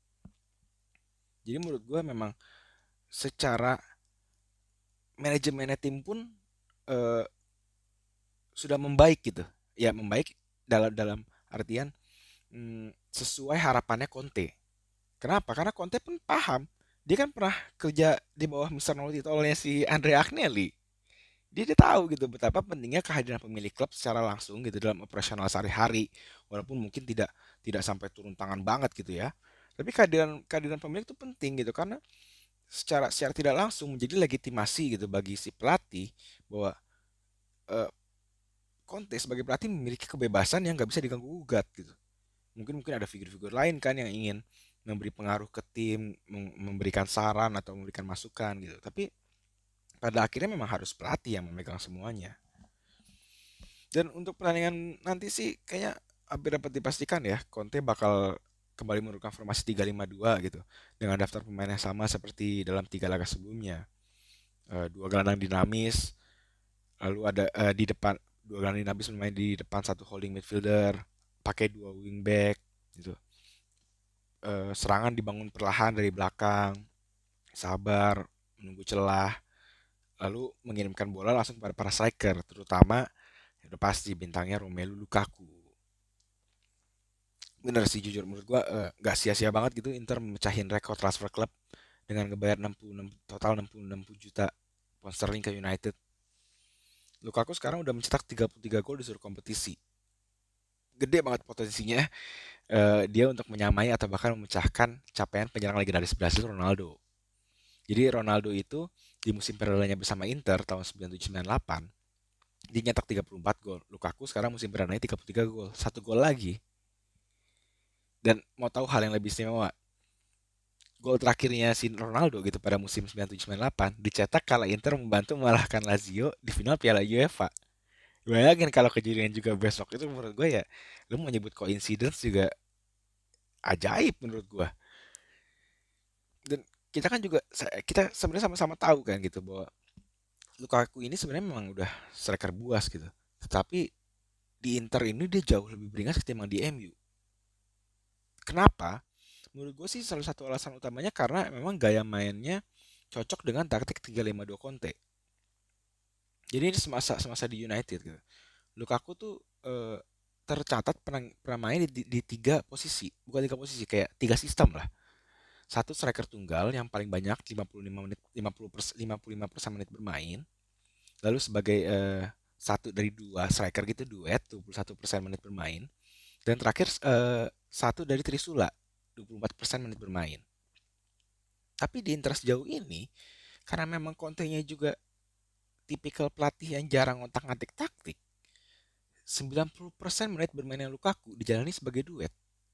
Jadi menurut gue memang secara manajemennya tim pun eh, sudah membaik gitu. Ya membaik dalam dalam artian mm, sesuai harapannya Conte. Kenapa? Karena Conte pun paham. Dia kan pernah kerja di bawah mister Nolitolnya si Andrea Agnelli. Dia, dia tahu gitu betapa pentingnya kehadiran pemilik klub secara langsung gitu dalam operasional sehari-hari. Walaupun mungkin tidak tidak sampai turun tangan banget gitu ya. Tapi kehadiran kehadiran pemilik itu penting gitu karena secara secara tidak langsung menjadi legitimasi gitu bagi si pelatih bahwa eh, Conte sebagai pelatih memiliki kebebasan yang nggak bisa diganggu gugat gitu. Mungkin mungkin ada figur-figur lain kan yang ingin memberi pengaruh ke tim, memberikan saran atau memberikan masukan gitu. Tapi pada akhirnya memang harus pelatih yang memegang semuanya. Dan untuk pertandingan nanti sih kayaknya hampir dapat dipastikan ya, Conte bakal kembali menggunakan formasi tiga lima dua gitu dengan daftar pemain yang sama seperti dalam tiga laga sebelumnya. Eh, dua gelandang dinamis, lalu ada eh, di depan dua gelandang dinamis bermain di depan satu holding midfielder, pakai dua wingback gitu. Eh, serangan dibangun perlahan dari belakang, sabar, menunggu celah, lalu mengirimkan bola langsung kepada para striker, terutama ya udah pasti bintangnya Romelu Lukaku. Bener sih jujur menurut gua eh, nggak sia-sia banget gitu Inter memecahin rekor transfer klub dengan ngebayar enam puluh enam total enam puluh enam juta pound sterling ke United. Lukaku sekarang udah mencetak tiga puluh tiga gol di seluruh kompetisi. Gede banget potensinya eh, dia untuk menyamai atau bahkan memecahkan capaian penyerang legendaris Brasil Ronaldo. Jadi Ronaldo itu di musim perdana bersama Inter tahun sembilan puluh tujuh sembilan puluh delapan dia nyetak tiga puluh empat gol. Lukaku sekarang musim perdananya tiga puluh tiga gol, satu gol lagi. Dan mau tahu hal yang lebih istimewa, gol terakhirnya si Ronaldo gitu pada musim sembilan puluh tujuh sembilan puluh delapan dicetak kala Inter membantu mengalahkan Lazio di final Piala UEFA. Bayangin kalau kejadian juga besok itu menurut gue ya, lu mau nyebut coincidence juga ajaib menurut gue. Dan kita kan juga kita sebenarnya sama-sama tahu kan gitu bahwa Lukaku ini sebenarnya memang udah striker buas gitu. Tetapi di Inter ini dia jauh lebih beringas ketimbang di M U. Kenapa? Menurut gue sih salah satu alasan utamanya karena memang gaya mainnya cocok dengan taktik tiga lima dua Conte. Jadi ini semasa semasa di United gitu. Lukaku tuh eh, tercatat pernah pernah main di, di tiga posisi, bukan tiga posisi kayak tiga sistem lah. Satu striker tunggal yang paling banyak lima puluh lima menit lima puluh persen, lima puluh lima persen menit bermain. Lalu sebagai eh, satu dari dua striker gitu duet dua puluh satu persen menit bermain. Dan terakhir eh, satu dari Trisula dua puluh empat persen menit bermain. Tapi di Inter sejauh ini karena memang Conte-nya juga tipikal pelatih yang jarang otak-atik taktik, sembilan puluh persen menit bermainnya Lukaku dijalani sebagai duet.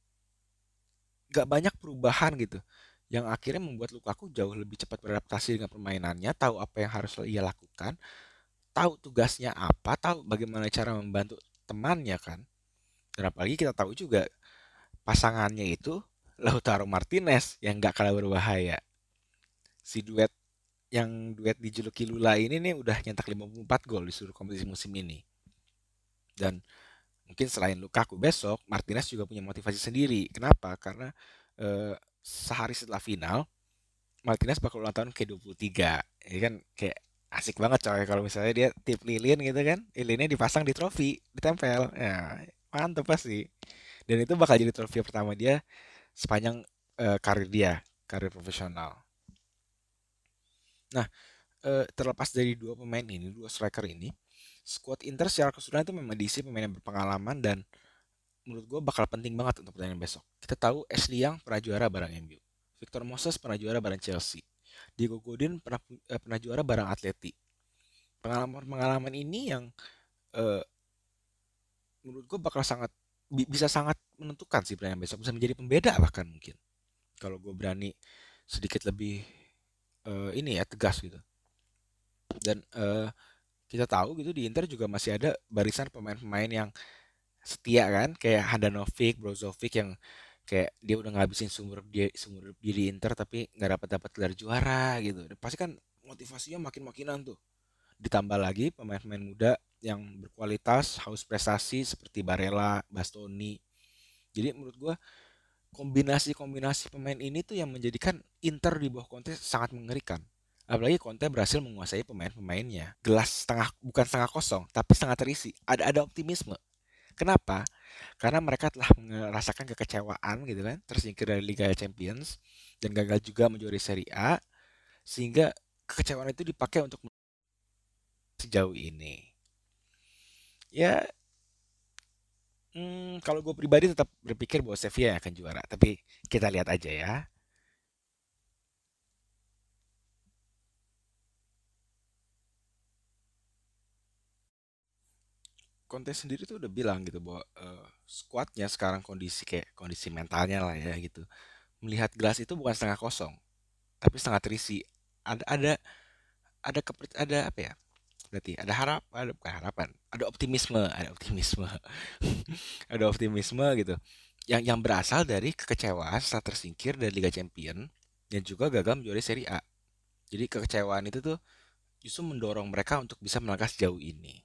Gak banyak perubahan gitu. Yang akhirnya membuat Lukaku jauh lebih cepat beradaptasi dengan permainannya, tahu apa yang harus ia lakukan, tahu tugasnya apa, tahu bagaimana cara membantu temannya kan. Dan apalagi kita tahu juga pasangannya itu Lautaro Martinez yang gak kalah berbahaya. Si duet yang duet dijuluki Lula ini nih udah nyetak lima puluh empat gol di seluruh kompetisi musim ini. Dan mungkin selain Lukaku besok, Martinez juga punya motivasi sendiri. Kenapa? Karena eh, sehari setelah final, Martinez bakal ulang tahun ke dua puluh tiga. Ini kan kayak asik banget coy kalau misalnya dia tip lilin gitu kan. Lilinnya dipasang di trofi, ditempel. Ya, mantap pasti. Dan itu bakal jadi trofi pertama dia sepanjang eh, karir dia, karir profesional. Nah, eh, terlepas dari dua pemain ini, dua striker ini, squad Inter secara keseluruhan itu memang diisi pemain yang berpengalaman dan menurut gue bakal penting banget untuk pertandingan besok. Kita tahu Ashley Young pernah juara bareng M U, Victor Moses pernah juara bareng Chelsea, Diego Godin pernah eh, pernah juara bareng Atleti. Pengalaman-pengalaman ini yang eh, menurut gue bakal sangat bi- bisa sangat menentukan sih pertandingan besok, bisa menjadi pembeda bahkan mungkin. Kalau gue berani sedikit lebih eh, ini ya tegas gitu. Dan eh, kita tahu gitu di Inter juga masih ada barisan pemain-pemain yang setia kan, kayak Handanovic, Brozovic yang kayak dia udah ngabisin sumber dia sumber hidup dia di Inter tapi nggak dapat dapat gelar juara gitu. Dan pasti kan motivasinya makin-makinan tuh. Ditambah lagi pemain-pemain muda yang berkualitas, haus prestasi seperti Barella, Bastoni. Jadi menurut gua kombinasi-kombinasi pemain ini tuh yang menjadikan Inter di bawah Conte sangat mengerikan. Apalagi Conte berhasil menguasai pemain-pemainnya. Gelas setengah bukan setengah kosong, tapi setengah terisi. Ada ada optimisme. Kenapa? Karena mereka telah merasakan kekecewaan gitu kan, tersingkir dari Liga Champions dan gagal juga menjuarai Serie A, sehingga kekecewaan itu dipakai untuk sejauh ini. Ya, hmm, kalau gue pribadi tetap berpikir bahwa Sevilla yang akan juara, tapi kita lihat aja ya. Conte sendiri tuh udah bilang gitu bahwa eh, skuadnya sekarang kondisi kayak kondisi mentalnya lah ya gitu. Melihat gelas itu bukan setengah kosong, tapi setengah terisi. Ada ada ada keper, ada apa ya? Berarti ada harap, ada bukan harapan, ada optimisme, ada optimisme, ada optimisme gitu. Yang yang berasal dari kekecewaan setelah tersingkir dari Liga Champion dan juga gagal menjuarai Serie A. Jadi kekecewaan itu tuh justru mendorong mereka untuk bisa melangkah sejauh ini.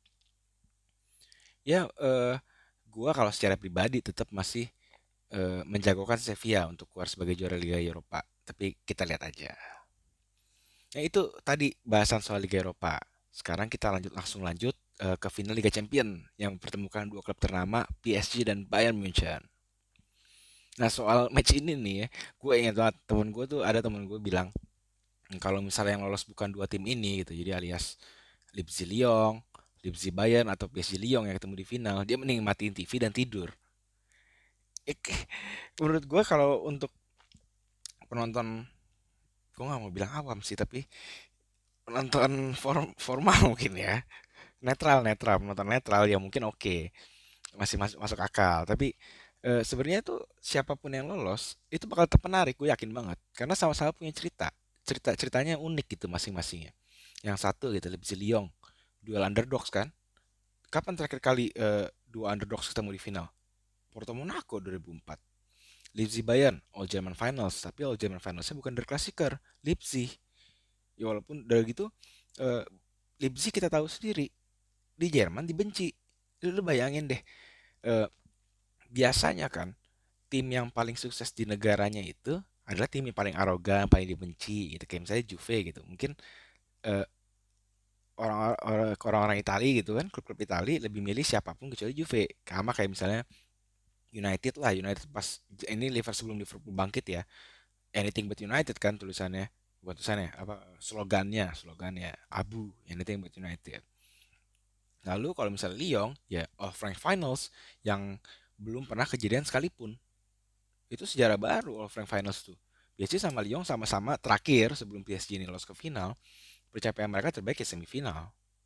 Ya, eh, gua kalau secara pribadi tetap masih eh, menjagokan Sevilla untuk keluar sebagai juara Liga Eropa. Tapi kita lihat aja. Nah itu tadi bahasan soal Liga Eropa. Sekarang kita lanjut langsung lanjut eh, ke final Liga Champion yang mempertemukan dua klub ternama P S G dan Bayern Munchen. Nah soal match ini nih ya, gue ingat banget temen gue tuh ada temen gue bilang kalau misalnya yang lolos bukan dua tim ini gitu, jadi alias Leipzig Lyon, Leipzig Bayern atau P S G Lyon yang ketemu di final, dia mending matiin T V dan tidur. Eh, menurut gue kalau untuk penonton, gue nggak mau bilang awam sih, tapi penonton form formal mungkin ya, netral netral penonton netral ya mungkin oke, masih masuk masuk akal. Tapi eh, sebenarnya tuh siapapun yang lolos itu bakal tetap menarik, gue yakin banget, karena sama-sama punya cerita cerita ceritanya unik gitu masing-masingnya. Yang satu gitu lebih Lyon, duel underdogs kan. Kapan terakhir kali eh, dua underdogs ketemu di final? Porto Monaco dua ribu empat. Leipzig Bayern All German Finals, tapi All German Finalsnya bukan der Klassiker, Leipzig. Ya walaupun dari gitu eh, Leipzig kita tahu sendiri di Jerman dibenci. Lu, lu bayangin deh, eh, biasanya kan tim yang paling sukses di negaranya itu adalah tim yang paling arogan, paling dibenci gitu. Kayak misalnya Juve gitu. Mungkin eh, orang-orang orang-orang Italia gitu kan, klub-klub Italia lebih milih siapapun kecuali Juve. Sama kayak misalnya United lah, United pas ini Liverpool sebelum Liverpool bangkit ya. Anything but United kan tulisannya. Bukan tulisannya, apa slogannya, slogannya Abu, Anything but United. Lalu kalau misalnya Lyon, ya All Frank Finals yang belum pernah kejadian sekalipun. Itu sejarah baru All Frank Finals tuh. P S G sama Lyon sama-sama terakhir sebelum P S G ini lolos ke final, pencapaian mereka terbaik ke semifinal.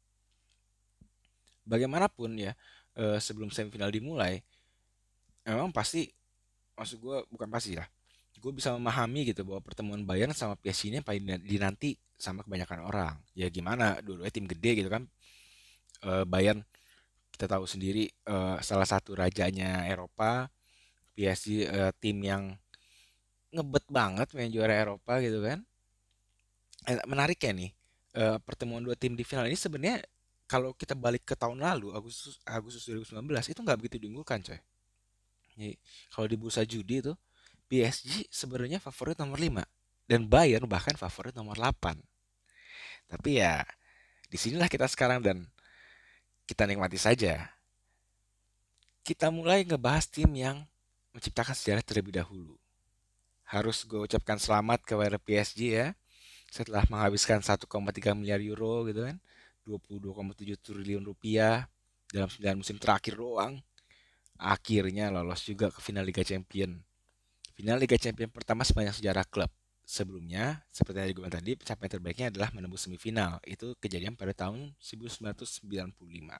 Bagaimanapun ya, eh, sebelum semifinal dimulai, memang pasti, maksud gue bukan pasti lah, gue bisa memahami gitu bahwa pertemuan Bayern sama P S G ini paling dinanti sama kebanyakan orang. Ya gimana, dua-duanya tim gede gitu kan. Eh, Bayern kita tahu sendiri eh, salah satu rajanya Eropa, P S G eh, tim yang ngebet banget main juara Eropa gitu kan. Eh, menarik ya nih, eh, pertemuan dua tim di final ini sebenarnya kalau kita balik ke tahun lalu Agustus Agustus dua ribu sembilan belas itu nggak begitu diunggulkan coy. Jadi, kalau di bursa judi itu P S G sebenarnya favorit nomor lima dan Bayern bahkan favorit nomor delapan. Tapi ya disinilah kita sekarang dan kita nikmati saja. Kita mulai ngebahas tim yang menciptakan sejarah terlebih dahulu. Harus gue ucapkan selamat kepada P S G ya. setelah menghabiskan satu koma tiga miliar euro gitu kan, dua puluh dua koma tujuh triliun rupiah dalam sembilan musim terakhir doang, akhirnya lolos juga ke final Liga Champion. Final Liga Champion pertama sepanjang sejarah klub. Sebelumnya, seperti yang gue bilang tadi, pencapaian terbaiknya adalah menembus semifinal. Itu kejadian pada tahun seribu sembilan ratus sembilan puluh lima.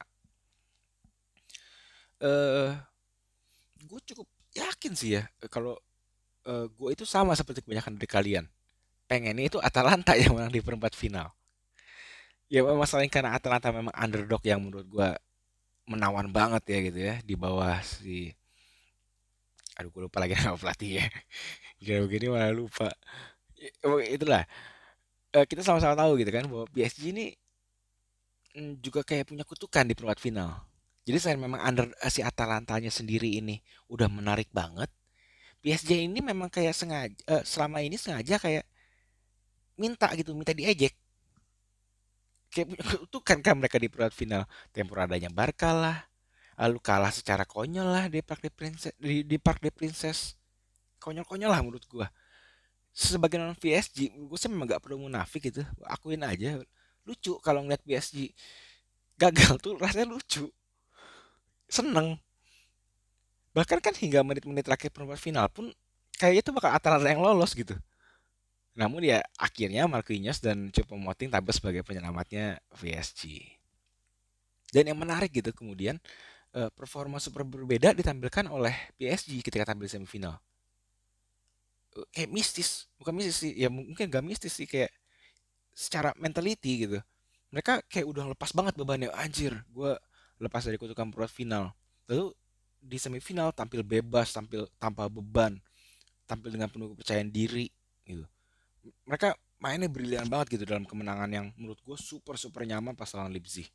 Eh, gue cukup yakin sih ya, eh, kalau eh, gue itu sama seperti kebanyakan dari kalian. Pengennya itu Atalanta yang menang di perempat final. Ya masalahnya karena Atalanta memang underdog yang menurut gue menawan banget ya gitu ya, di bawah si, aduh gue lupa lagi nama pelatih ya. Jadi begini malah lupa. Ya, itulah. Eh, kita sama-sama tahu gitu kan bahwa P S G ini mm, juga kayak punya kutukan di perempat final. Jadi selain memang under eh, si Atalantanya sendiri ini udah menarik banget, P S G ini memang kayak sengaja eh, selama ini sengaja kayak minta gitu, minta diejek. Kayak punya kutukan kan mereka di perempat final. Temporadanya Barca lah, lalu kalah secara konyol lah di Parc des Princes, di, di Parc des Princes. Konyol-konyol lah menurut gua. Sebagai non P S G, gue sih memang gak perlu munafik gitu. Akuin aja lucu kalau ngeliat P S G gagal tuh rasanya lucu, seneng. Bahkan kan hingga menit-menit terakhir perempat final pun kayaknya tuh bakal Atalanta yang lolos gitu. Namun ya akhirnya Marquinhos dan Choupo-Moting tampil sebagai penyelamatnya P S G. Dan yang menarik gitu kemudian eh, performa super berbeda ditampilkan oleh P S G ketika tampil di semifinal. Eh, Kayak mistis, bukan mistis sih, ya mungkin gak mistis sih, kayak secara mentality gitu. Mereka kayak udah lepas banget bebannya. Anjir, gue lepas dari kutukan perempat final. Lalu di semifinal tampil bebas, tampil tanpa beban, tampil dengan penuh kepercayaan diri gitu. Mereka mainnya brilian banget gitu dalam kemenangan yang menurut gue super super nyaman pas lawan Leipzig.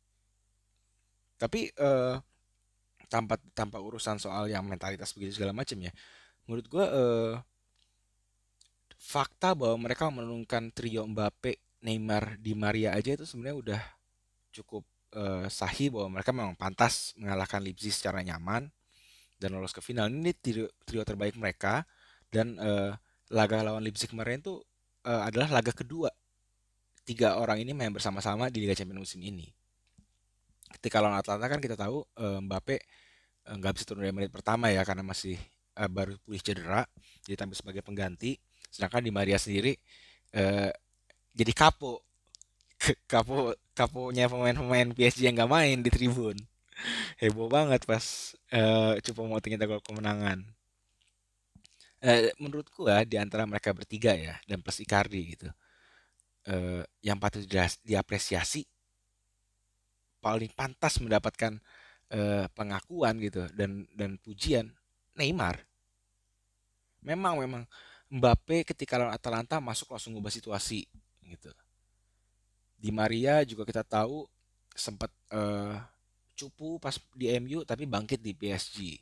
Tapi eh, tanpa tanpa urusan soal yang mentalitas begitu segala macam ya. Menurut gue eh, fakta bahwa mereka menurunkan trio Mbappe, Neymar, Di Maria aja itu sebenarnya udah cukup eh, sahih bahwa mereka memang pantas mengalahkan Leipzig secara nyaman dan lolos ke final. Ini trio, trio terbaik mereka, dan eh, laga lawan Leipzig kemarin tuh eh, adalah laga kedua tiga orang ini main bersama-sama di Liga Champions musim ini. Ketika lawan Atalanta kan kita tahu eh, Mbappe eh, nggak bisa turun dari menit pertama ya karena masih eh, baru pulih cedera, jadi tampil sebagai pengganti. Sedangkan di Maria sendiri eh, jadi kapo, kapo kaponya pemain-pemain P S G yang nggak main di tribun. Heboh banget pas eh Choupo-Moting nyetak gol kemenangan. Eh, menurut gua di antara mereka bertiga ya dan plus Icardi gitu, eh, yang patut dia- diapresiasi, paling pantas mendapatkan eh, pengakuan gitu dan dan pujian, Neymar. Memang memang Mbappe ketika lawan Atalanta masuk langsung ngubah situasi gitu. Di Maria juga kita tahu sempat eh, cupu pas di M U tapi bangkit di P S G.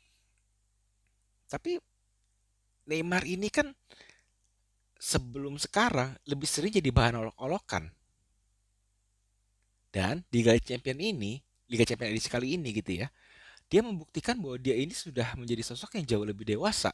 Tapi Neymar ini kan sebelum sekarang lebih sering jadi bahan olok-olokan. Dan di Liga Champion ini, Liga Champion edisi kali ini gitu ya, dia membuktikan bahwa dia ini sudah menjadi sosok yang jauh lebih dewasa.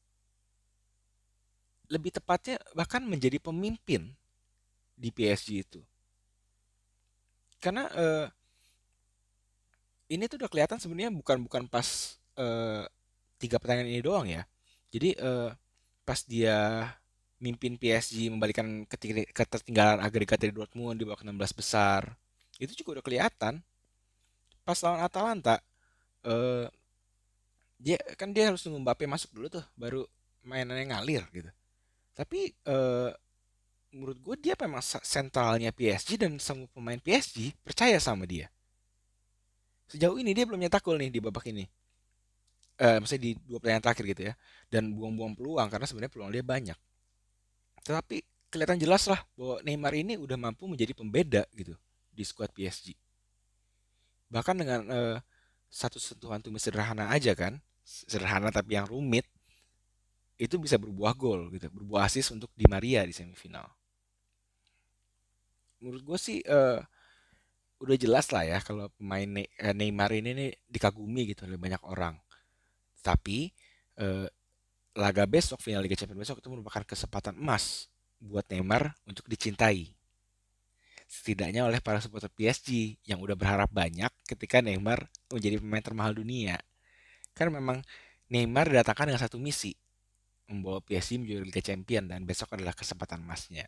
Lebih tepatnya bahkan menjadi pemimpin di P S G itu. Karena eh, ini tuh udah kelihatan sebenarnya bukan bukan pas eh, tiga pertandingan ini doang ya. Jadi eh, pas dia mimpin P S G membalikan ketik- ketertinggalan agregat dari Dortmund di babak enam belas besar, itu juga udah kelihatan pas lawan Atalanta. eh, dia kan dia harus nunggu Mbappe masuk dulu tuh baru mainannya ngalir gitu. Tapi eh, menurut gue dia memang sa- sentralnya P S G dan semua pemain P S G percaya sama dia. Sejauh ini dia belum nyetak gol nih di babak ini. Eh, maksudnya di dua pertandingan terakhir gitu ya. Dan buang-buang peluang karena sebenarnya peluang dia banyak. Tetapi kelihatan jelas lah bahwa Neymar ini udah mampu menjadi pembeda gitu di skuad P S G. Bahkan dengan eh, satu sentuhan tumis sederhana aja kan, sederhana tapi yang rumit, itu bisa berbuah gol gitu, berbuah assist untuk Di Maria di semifinal. Menurut gue sih eh, udah jelas lah ya kalau pemain Ne- eh, Neymar ini nih dikagumi gitu oleh banyak orang. Tapi eh, laga besok final Liga Champions besok itu merupakan kesempatan emas buat Neymar untuk dicintai. Setidaknya oleh para supporter P S G yang udah berharap banyak ketika Neymar menjadi pemain termahal dunia. Kan memang Neymar didatangkan dengan satu misi, membawa P S G menjadi Liga Champion dan besok adalah kesempatan emasnya.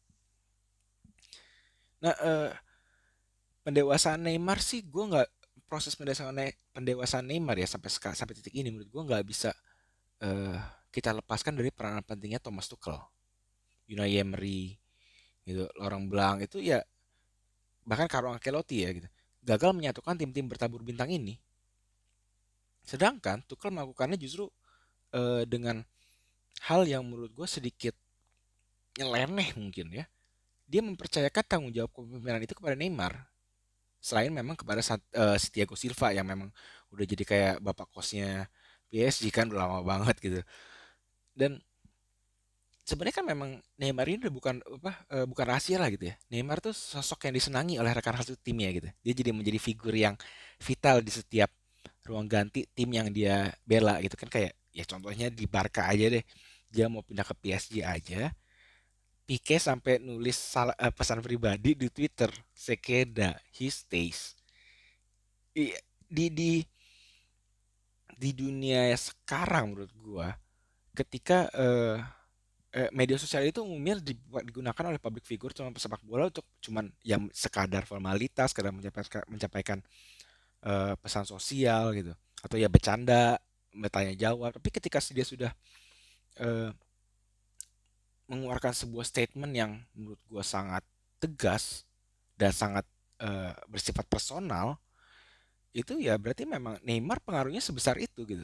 Nah, eh, pendewasaan Neymar sih gue nggak proses pendewasaan pendewasaan Neymar ya sampai sampai titik ini menurut gue nggak bisa eh, kita lepaskan dari peranan pentingnya Thomas Tuchel, Unai Emery, gitu, Laurent Blanc itu ya bahkan Carlo Ancelotti ya gitu gagal menyatukan tim-tim bertabur bintang ini. Sedangkan Tuchel melakukannya justru eh, dengan hal yang menurut gue sedikit nyeleneh mungkin ya. Dia mempercayakan tanggung jawab kepemimpinan itu kepada Neymar. Selain memang kepada uh, si Thiago Silva yang memang udah jadi kayak bapak kosnya P S G kan udah lama banget gitu. Dan sebenarnya kan memang Neymar ini udah bukan apa eh, bukan rahasia lah gitu ya. Neymar tuh sosok yang disenangi oleh rekan satu timnya gitu. Dia jadi menjadi figur yang vital di setiap ruang ganti tim yang dia bela gitu kan kayak ya contohnya di Barca aja deh. Dia mau pindah ke P S G aja, Pique sampai nulis salah, eh, pesan pribadi di Twitter, Sekeda, he stays. I- Di di di dunia sekarang menurut gua, ketika eh, eh, media sosial itu umumnya digunakan oleh public figure cuma pesepak bola untuk cuman yang sekadar formalitas, sekadar mencapaikan, mencapaikan eh, pesan sosial gitu, atau ya bercanda, bertanya jawab. Tapi ketika dia sudah eh, mengeluarkan sebuah statement yang menurut gua sangat tegas dan sangat eh, bersifat personal, itu ya berarti memang Neymar pengaruhnya sebesar itu gitu.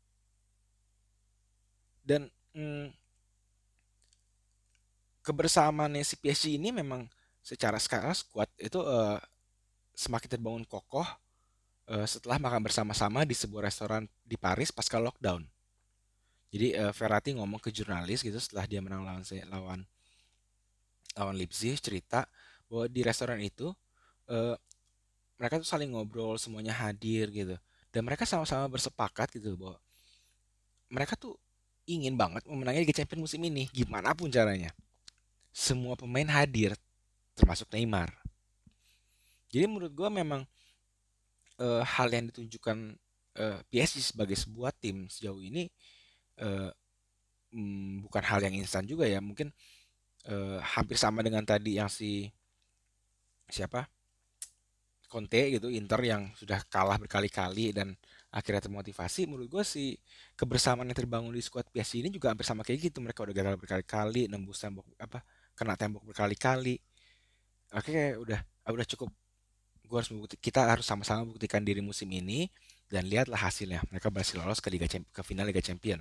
Dan mm, kebersamaan si P S G ini memang secara skala skuad itu eh, semakin terbangun kokoh eh, setelah makan bersama-sama di sebuah restoran di Paris pasca lockdown. Jadi eh, Verratti ngomong ke jurnalis gitu setelah dia menang lawan lawan lawan Leipzig cerita bahwa di restoran itu eh, mereka tuh saling ngobrol, semuanya hadir gitu. Dan mereka sama-sama bersepakat gitu bahwa mereka tuh ingin banget memenangi Liga Champions musim ini, gimana pun caranya. Semua pemain hadir, termasuk Neymar. Jadi menurut gue memang eh, hal yang ditunjukkan eh, P S G sebagai sebuah tim sejauh ini eh, mm, bukan hal yang instan juga ya. Mungkin eh, hampir sama dengan tadi yang si siapa Conte gitu, Inter yang sudah kalah berkali-kali dan akhirnya termotivasi. Menurut gue sih kebersamaan yang terbangun di skuad P S G ini juga hampir sama kayak gitu. Mereka udah gagal berkali-kali, nembus tembok apa kena tembok berkali-kali. Oke, udah udah cukup. Gua harus membukti, kita harus sama-sama buktikan diri musim ini dan lihatlah hasilnya. Mereka berhasil lolos ke Liga Champ- ke final Liga Champion.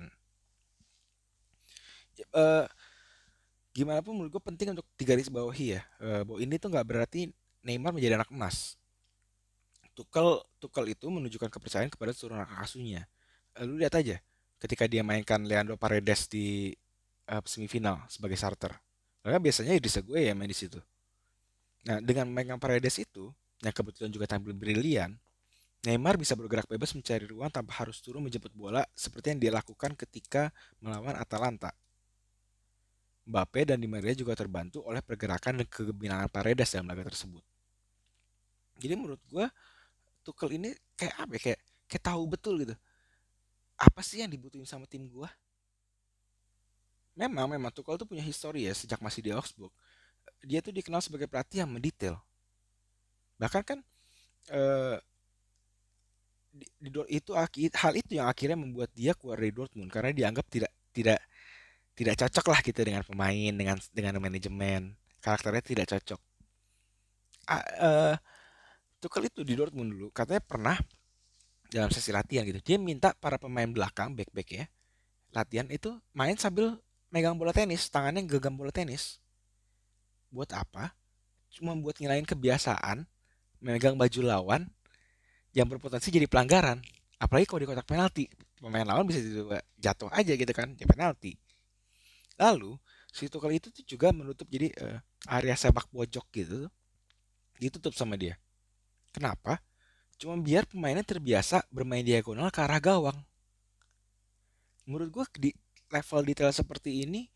Ya, eh, gimana pun menurut gue penting untuk digarisbawahi ya. Eh, bahwa ini tuh nggak berarti Neymar menjadi anak emas. Tuchel Tuchel itu menunjukkan kepercayaan kepada seluruh anak asuhnya. Eh, lu lihat aja ketika dia mainkan Leandro Paredes di eh, semifinal sebagai starter. Karena biasanya Idrissa Gueye yang main di situ. Nah, dengan memainkan Paredes itu, yang kebetulan juga tampil brilian, Neymar bisa bergerak bebas mencari ruang tanpa harus turun menjemput bola seperti yang dia lakukan ketika melawan Atalanta. Mbappe dan Di Maria juga terbantu oleh pergerakan dan kegembiraan Paredes dalam laga tersebut. Jadi menurut gue Tuchel ini kayak apa ya? Kayak, kayak tahu betul gitu. Apa sih yang dibutuhin sama tim gue? Memang, memang Tuchel tuh punya histori ya sejak masih di Augsburg. Dia tuh dikenal sebagai pelatih yang mendetail. Bahkan kan eh, di, di itu hal itu yang akhirnya membuat dia keluar dari Dortmund karena dianggap tidak tidak tidak cocok lah gitu dengan pemain dengan dengan manajemen karakternya tidak cocok. Ah, eh, Tuchel itu di Dortmund dulu katanya pernah dalam sesi latihan gitu dia minta para pemain belakang back back ya latihan itu main sambil megang bola tenis tangannya genggam bola tenis buat apa cuma buat ngilangin kebiasaan memegang baju lawan yang berpotensi jadi pelanggaran apalagi kalau di kotak penalti pemain lawan bisa juga jatuh aja gitu kan di penalti. Lalu si Tuchel itu tuh juga menutup jadi eh, area sepak pojok gitu ditutup sama dia. Kenapa? Cuma biar pemainnya terbiasa bermain diagonal ke arah gawang. Menurut gue di level detail seperti ini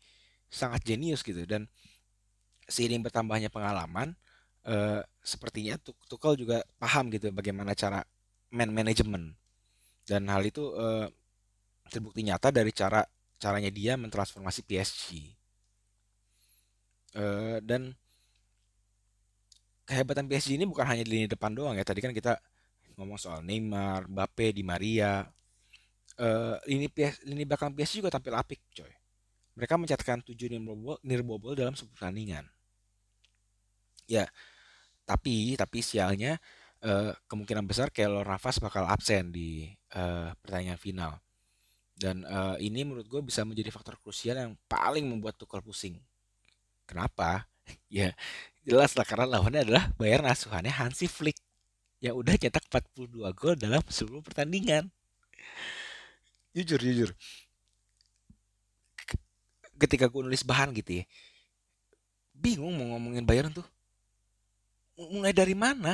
sangat jenius gitu. Dan seiring bertambahnya pengalaman, eh, sepertinya Tuk- Tuchel juga paham gitu bagaimana cara man management, dan hal itu eh, terbukti nyata dari cara caranya dia mentransformasi P S G. Eh, dan kehebatan P S G ini bukan hanya di lini depan doang ya. Tadi kan kita ngomong soal Neymar, Mbappe, Di Maria. Eh, lini P S, lini belakang P S G juga tampil apik, coy. Mereka mencatatkan tujuh nirbobol, nirbobol dalam sebuah pertandingan. Ya, tapi tapi sialnya eh, kemungkinan besar Keylor Navas bakal absen di eh, pertandingan final. Dan eh, ini menurut gue bisa menjadi faktor krusial yang paling membuat Tuchel pusing. Kenapa? Ya, jelas lah karena lawannya adalah Bayern asuhannya Hansi Flick yang udah cetak empat puluh dua gol dalam sepuluh pertandingan. Jujur, jujur. Ketika gue nulis bahan gitu ya, bingung mau ngomongin Bayern tuh. Mulai dari mana?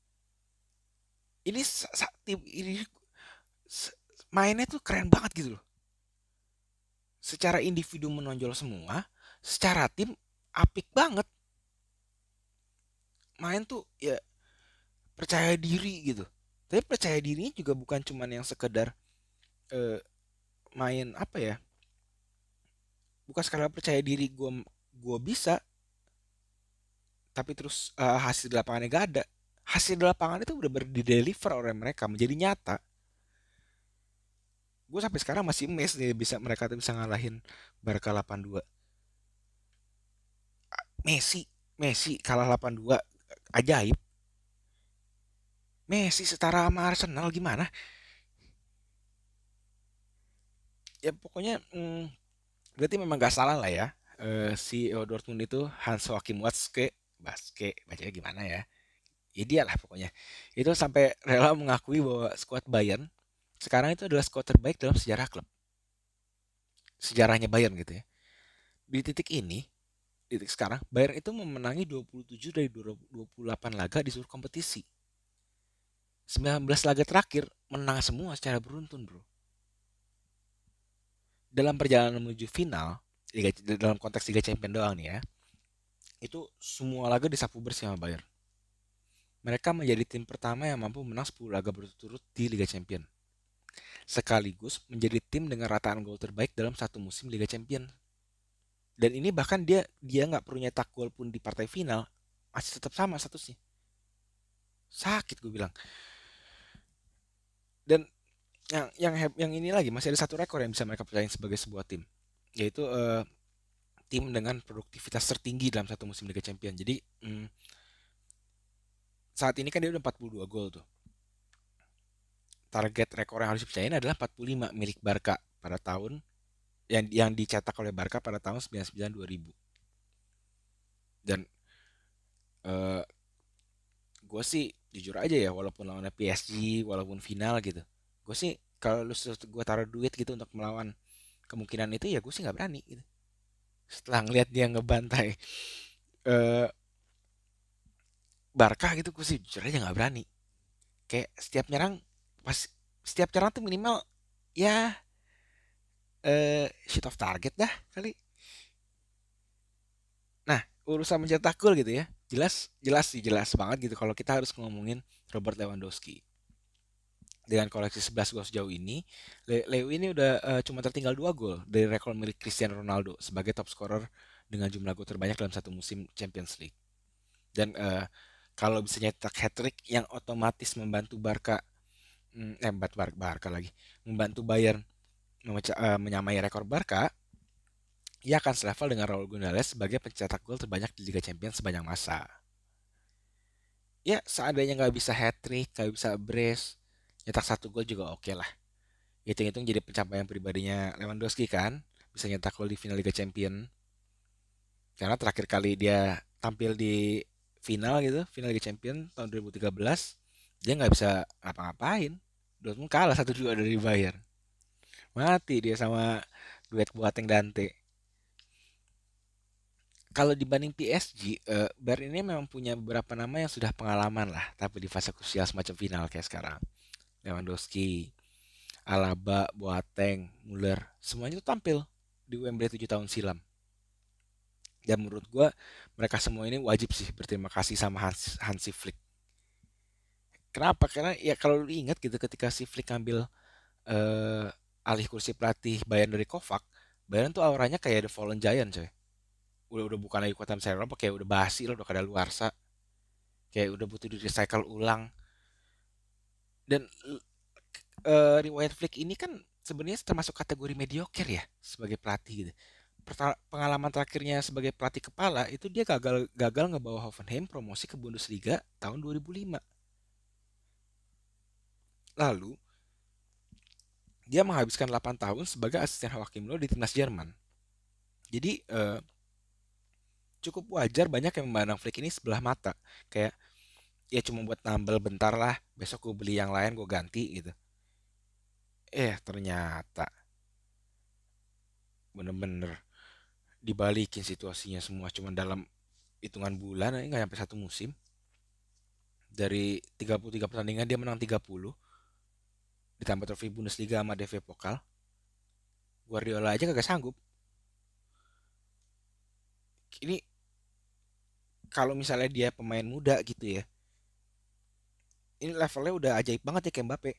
Ini sa- sa- tim ini s- mainnya tuh keren banget gitu loh. Secara individu menonjol semua, secara tim apik banget. Main tuh ya percaya diri gitu. Tapi percaya dirinya juga bukan cuman yang sekedar eh, main apa ya? Bukan sekadar percaya diri gue gue bisa, tapi terus eh, hasil di lapangannya gak ada. Hasil di lapangan itu udah berdeliver oleh mereka menjadi nyata. Gue sampai sekarang masih amazed nih bisa mereka tuh bisa ngalahin Barca delapan dua. Messi, Messi kalah delapan dua, ajaib. Messi setara sama Arsenal gimana? Ya pokoknya mm, berarti memang gak salah lah ya. Eh, C E O Dortmund itu Hans Joachim Watzke, Baske, bacanya gimana ya? Ya dia lah pokoknya. Itu sampai rela mengakui bahwa skuad Bayern sekarang itu adalah skuad terbaik dalam sejarah klub. Sejarahnya Bayern gitu ya. Di titik ini, di titik sekarang, Bayern itu memenangi dua puluh tujuh dari dua puluh delapan laga di seluruh kompetisi. sembilan belas laga terakhir menang semua secara beruntun, bro. Dalam perjalanan menuju final, Liga, dalam konteks Liga Champions doang nih ya, itu semua laga disapu bersih sama Bayern. Mereka menjadi tim pertama yang mampu menang sepuluh laga berturut-turut di Liga Champions. Sekaligus menjadi tim dengan rataan gol terbaik dalam satu musim Liga Champions. Dan ini bahkan dia dia nggak perlu nyetak gol pun di partai final, masih tetap sama statusnya. Sakit gue bilang. Dan yang yang yang ini lagi masih ada satu rekor yang bisa mereka percaya sebagai sebuah tim, yaitu eh, tim dengan produktivitas tertinggi dalam satu musim Liga Champions. Jadi mm, saat ini kan dia udah empat puluh dua gol tuh. Target rekor yang harus dipercayain adalah empat puluh lima milik Barca pada tahun yang yang dicetak oleh Barca pada tahun sembilan puluh sembilan dua ribu. Dan eh, gue sih jujur aja ya, walaupun lawannya P S G, walaupun final gitu, gue sih kalau lu gue taruh duit gitu untuk melawan kemungkinan itu ya gue sih nggak berani gitu. Setelah ngeliat dia ngebantai eh, Barca gitu, gue sih jujur aja nggak berani. Kayak setiap nyerang, pas setiap nyerang tuh minimal ya eh shoot off target dah kali. Nah, urusan mencetak gol gitu ya, jelas jelas sih jelas banget gitu kalau kita harus ngomongin Robert Lewandowski. Dengan koleksi sebelas gol sejauh ini, Le- Leo ini udah eh, cuma tertinggal dua gol dari rekor milik Cristiano Ronaldo sebagai top scorer dengan jumlah gol terbanyak dalam satu musim Champions League. Dan eh, kalau bisa nyetak hat-trick yang otomatis membantu Barca, mm, eh membantu Bar- Barca lagi, membantu Bayern memecah, eh, menyamai rekor Barca, ia akan selevel dengan Raul Gonzalez sebagai pencetak gol terbanyak di Liga Champions sepanjang masa. Ya, seandainya nggak bisa hat-trick, nggak bisa brace, nyetak satu gol juga oke lah. Hitung-hitung jadi pencapaian pribadinya Lewandowski kan, bisa nyetak gol di final Liga Champions. Karena terakhir kali dia tampil di final gitu, final Liga Champions tahun dua ribu tiga belas, dia nggak bisa ngapa-ngapain. Dortmund kalah satu dua dari Bayern. Mati dia sama duet Boateng Dante. Kalau dibanding P S G, eh, Bayern ini memang punya beberapa nama yang sudah pengalaman lah, tapi di fase krusial semacam final kayak sekarang. Lewandowski, Alaba, Boateng, Muller, semuanya itu tampil di Wembley tujuh tahun silam. Dan menurut gue mereka semua ini wajib sih berterima kasih sama Hans, Hansi Flick. Kenapa? Karena ya kalau lu ingat gitu ketika si Flick ngambil eh, alih kursi pelatih Bayern dari Kovac, Bayern tuh auranya kayak The Fallen Giant coy. Udah udah bukan lagi kekuatan sayap apa, kayak udah basi lah, udah kada luarsa, kayak udah butuh di recycle ulang. Dan eh, riwayat Flick ini kan sebenarnya termasuk kategori mediocre ya sebagai pelatih gitu. Perta- pengalaman terakhirnya sebagai pelatih kepala itu dia gagal gagal ngebawa Hoffenheim promosi ke Bundesliga tahun dua ribu lima. Lalu dia menghabiskan delapan tahun sebagai asisten Joachim Löw di timnas Jerman. Jadi eh, cukup wajar banyak yang memandang Flick ini sebelah mata. Kayak ya cuma buat nambel bentar lah, besok gue beli yang lain gue ganti gitu. Eh ternyata bener-bener dibalikin situasinya semua cuma dalam hitungan bulan, ini nggak sampai satu musim. Dari tiga puluh tiga pertandingan dia menang tiga puluh, ditambah trofi Bundesliga sama D F B Pokal. Guardiola aja kagak sanggup. Ini kalau misalnya dia pemain muda gitu ya, ini levelnya udah ajaib banget ya kayak Mbappe.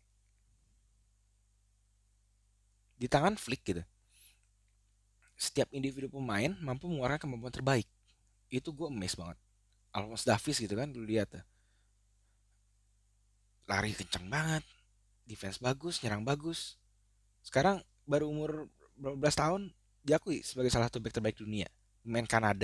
Di tangan Flick gitu. Setiap individu pemain mampu mengeluarkan kemampuan terbaik. Itu gue amazed banget. Alphonse Davies gitu kan dulu lihat tuh. Lari kencang banget, defense bagus, nyerang bagus. Sekarang baru umur berapa belas tahun diakui sebagai salah satu back terbaik dunia. Pemain Kanada.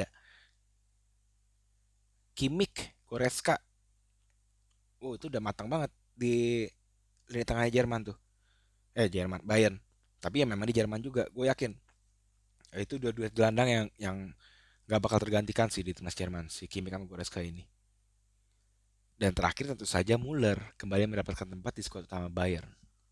Kimmich, Goretzka. Oh, itu udah matang banget di lini tengah Jerman tuh. Eh, Jerman, Bayern. Tapi ya memang di Jerman juga, gue yakin. Itu dua duet gelandang yang yang gak bakal tergantikan sih di timnas Jerman, si Kimmich sama Goretzka ini. Dan terakhir tentu saja Muller kembali mendapatkan tempat di skuad utama Bayern.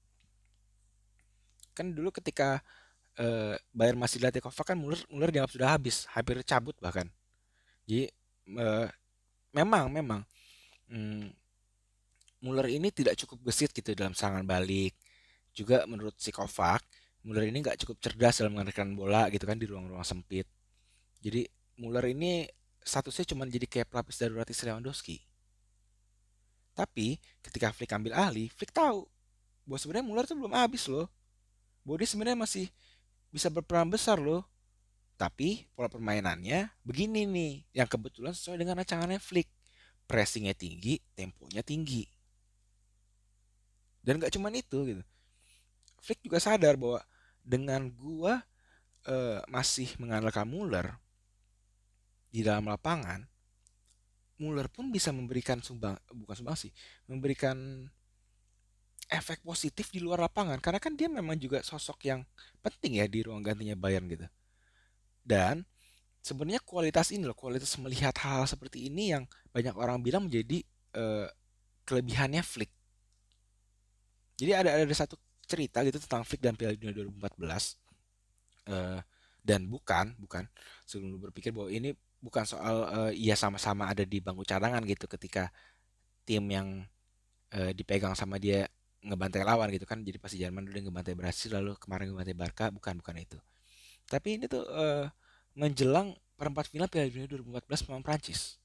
Kan dulu ketika eh, Bayern masih dilatih Kovac kan Muller Muller dianggap sudah habis, hampir cabut bahkan. Jadi eh, memang memang hmm, Muller ini tidak cukup gesit gitu dalam serangan balik. Juga menurut si Kovac, Muller ini nggak cukup cerdas dalam mengendalikan bola gitu kan di ruang-ruang sempit. Jadi Muller ini statusnya cuma jadi kayak pelapis darurat istri Lewandowski. Tapi ketika Flick ambil alih, Flick tahu bahwa sebenarnya Muller tuh belum habis loh. Bahwa dia sebenarnya masih bisa berperan besar loh. Tapi pola permainannya begini nih, yang kebetulan sesuai dengan rancangannya Flick. Pressingnya tinggi, temponya tinggi. Dan gak cuma itu gitu. Flick juga sadar bahwa dengan gua eh, masih mengandalkan Muller di dalam lapangan, Muller pun bisa memberikan sumbang, bukan sumbang sih, memberikan efek positif di luar lapangan. Karena kan dia memang juga sosok yang penting ya di ruang gantinya Bayern gitu. Dan sebenarnya kualitas ini loh, kualitas melihat hal, hal seperti ini yang banyak orang bilang menjadi eh, kelebihannya Flick. Jadi ada ada satu cerita gitu tentang Flick dan Piala Dunia dua ribu empat belas. Eh, dan bukan, bukan sebelum lu berpikir bahwa ini bukan soal eh, ia sama-sama ada di bangku cadangan gitu ketika tim yang eh, dipegang sama dia ngebantai lawan gitu kan. Jadi pasti Jerman udah ngebantai Brasil, lalu kemarin ngebantai Barca, bukan bukan itu. Tapi ini tuh eh, menjelang perempat final Piala Dunia dua ribu empat belas melawan Prancis.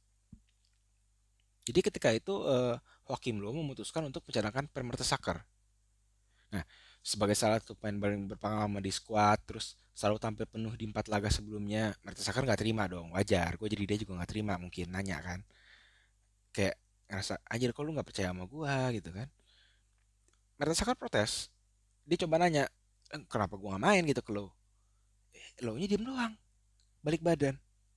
Jadi ketika itu eh, Joachim Löw memutuskan untuk mencadangkan Per Mertesacker. Nah, sebagai salah satu pemain paling berpengalaman di skuad, terus selalu tampil penuh di empat laga sebelumnya, Mertesacker nggak terima dong, wajar. Gue jadi dia juga nggak terima, mungkin nanya kan, kayak ngerasa anjir kok lu nggak percaya sama gue gitu kan. Mertesacker protes, dia coba nanya, "Eh, kenapa gue nggak main gitu ke lo? Lo nya diem doang, balik badan.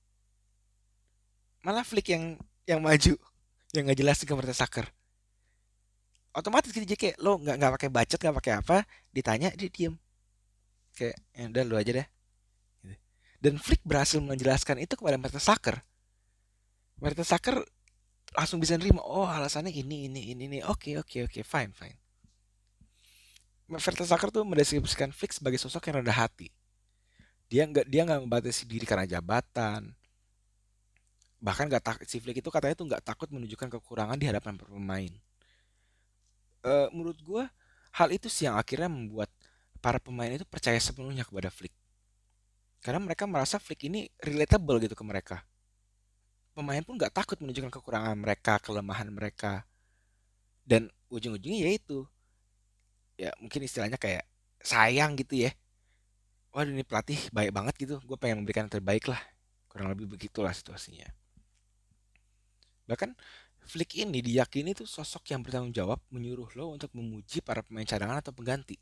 Malah Flick yang yang maju, yang nggak jelasin ke Mertesacker. Otomatis gitu jadi kayak lo nggak nggak pakai bacot, nggak pakai apa, ditanya dia diem, kayak ya udah lu aja deh. Gitu. Dan Flick berhasil menjelaskan itu kepada Mertesacker. Mertesacker langsung bisa nerima. Oh, alasannya ini, ini, ini, ini. Oke, oke, oke. Fine, fine. Mertesacker tuh mendeskripsikan Flick sebagai sosok yang rendah hati. Dia nggak dia nggak membatasi diri karena jabatan. Bahkan nggak tak si Flick itu katanya tuh nggak takut menunjukkan kekurangan di hadapan pemain. Eh, menurut gue hal itu sih yang akhirnya membuat para pemain itu percaya sepenuhnya kepada Flick. Karena mereka merasa Flick ini relatable gitu ke mereka. Pemain pun nggak takut menunjukkan kekurangan mereka, kelemahan mereka. Dan ujung-ujungnya yaitu, ya mungkin istilahnya kayak sayang gitu ya. Waduh ini pelatih baik banget gitu, gue pengen memberikan yang terbaik lah. Kurang lebih begitulah situasinya. Bahkan Flick ini diyakini tuh sosok yang bertanggung jawab menyuruh lo untuk memuji para pemain cadangan atau pengganti.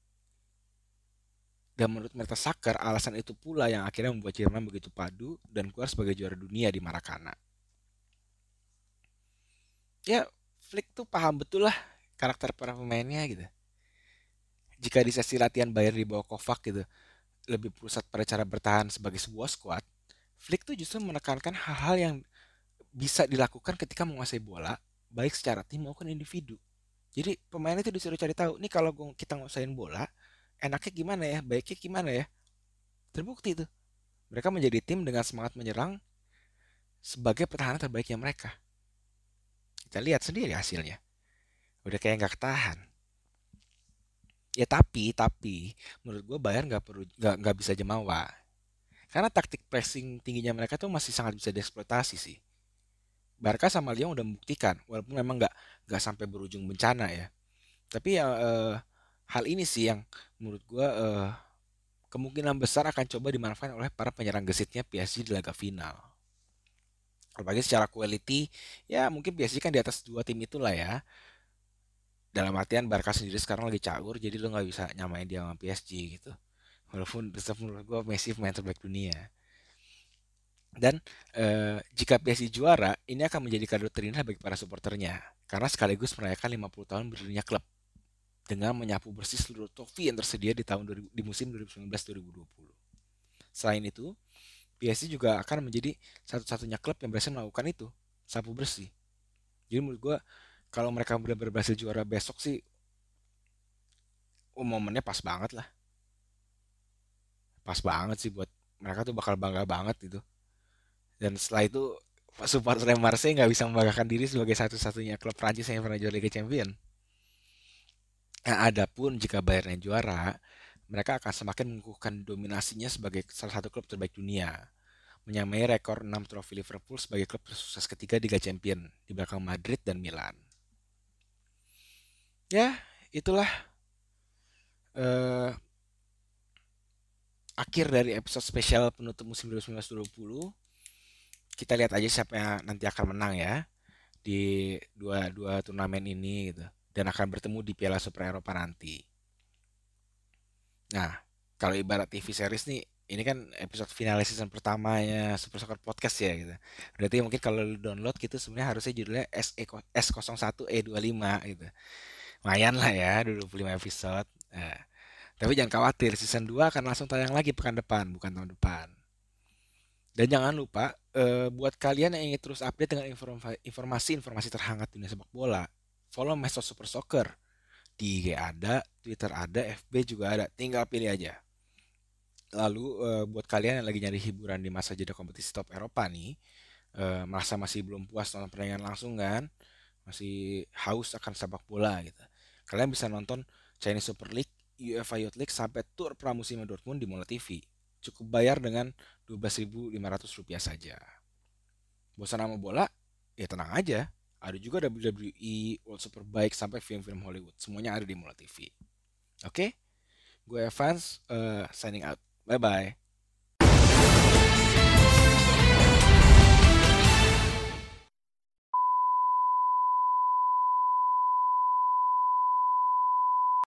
Dan menurut Mertesacker, alasan itu pula yang akhirnya membuat Jerman begitu padu dan keluar sebagai juara dunia di Maracana. Ya, Flick tuh paham betul lah karakter para pemainnya gitu. Jika di sesi latihan Bayern di bawah Kovac gitu, lebih pusat pada cara bertahan sebagai sebuah squad, Flick tuh justru menekankan hal-hal yang bisa dilakukan ketika menguasai bola, baik secara tim maupun individu. Jadi pemain itu disuruh cari tahu, nih kalau kita nguasain bola, enaknya gimana ya, baiknya gimana ya. Terbukti itu. Mereka menjadi tim dengan semangat menyerang sebagai pertahanan terbaiknya mereka. Kita lihat sendiri hasilnya. Udah kayak nggak ketahan. Ya tapi, tapi menurut gue Bayern nggak perlu nggak nggak bisa jemawa. Karena taktik pressing tingginya mereka tuh masih sangat bisa dieksploitasi sih. Barca sama Lyon udah membuktikan, walaupun memang nggak nggak sampai berujung bencana ya. Tapi ya eh, hal ini sih yang menurut gue eh, kemungkinan besar akan coba dimanfaatkan oleh para penyerang gesitnya P S G di laga final. Apalagi secara quality, ya mungkin P S G kan di atas dua tim itulah ya. Dalam artian Barca sendiri sekarang lagi caur, jadi lo nggak bisa nyamain dia sama P S G gitu. Walaupun tetap menurut gue Messi pemain terbaik dunia. Dan eh, jika P S G juara, ini akan menjadi kado terindah bagi para supporternya. Karena sekaligus merayakan lima puluh tahun berdirinya klub dengan menyapu bersih seluruh trofi yang tersedia di tahun dua ribu, di musim dua ribu sembilan belas dua ribu dua puluh. Selain itu, P S G juga akan menjadi satu-satunya klub yang berhasil melakukan itu, sapu bersih. Jadi menurut gue kalau mereka benar-benar berhasil juara besok sih, oh, momennya pas banget lah. Pas banget sih buat mereka tuh bakal bangga banget gitu. Dan setelah itu supporter Marseille nggak bisa membanggakan diri sebagai satu-satunya klub Prancis yang pernah juara Liga Champions. Nah, adapun jika Bayern yang juara, mereka akan semakin mengukuhkan dominasinya sebagai salah satu klub terbaik dunia, menyamai rekor enam trofi Liverpool sebagai klub tersukses ketiga di Liga Champions di belakang Madrid dan Milan. Ya, itulah eh, akhir dari episode spesial penutup musim dua ribu sembilan belas dua ribu dua puluh. Kita lihat aja siapa yang nanti akan menang ya di dua dua turnamen ini gitu. Dan akan bertemu di Piala Super Eropa nanti. Nah, kalau ibarat T V series nih, ini kan episode final season pertamanya Super Soccer Podcast ya gitu. Berarti mungkin kalau lu download gitu sebenarnya harusnya judulnya S E S nol satu E dua puluh lima gitu. Lumayan lah ya, dua puluh lima episode. Nah, tapi jangan khawatir, season dua akan langsung tayang lagi pekan depan, bukan tahun depan. Dan jangan lupa, eh, buat kalian yang ingin terus update dengan informa- informasi-informasi terhangat dunia sepak bola, follow Medsos Super Soccer. Di I G ada, Twitter ada, F B juga ada. Tinggal pilih aja. Lalu eh, buat kalian yang lagi nyari hiburan di masa jeda kompetisi top Eropa nih, eh, merasa masih belum puas nonton pertandingan langsung kan, masih haus akan sepak bola gitu. Kalian bisa nonton Chinese Super League, UEFA Youth League sampai tur pramusim Dortmund di Mola T V. Cukup bayar dengan dua belas ribu lima ratus rupiah saja. Bosan sama bola? Ya tenang aja. Ada juga W W E, World Superbike sampai film-film Hollywood. Semuanya ada di Mola T V. Oke? Gue Evans, uh, signing out. Bye-bye.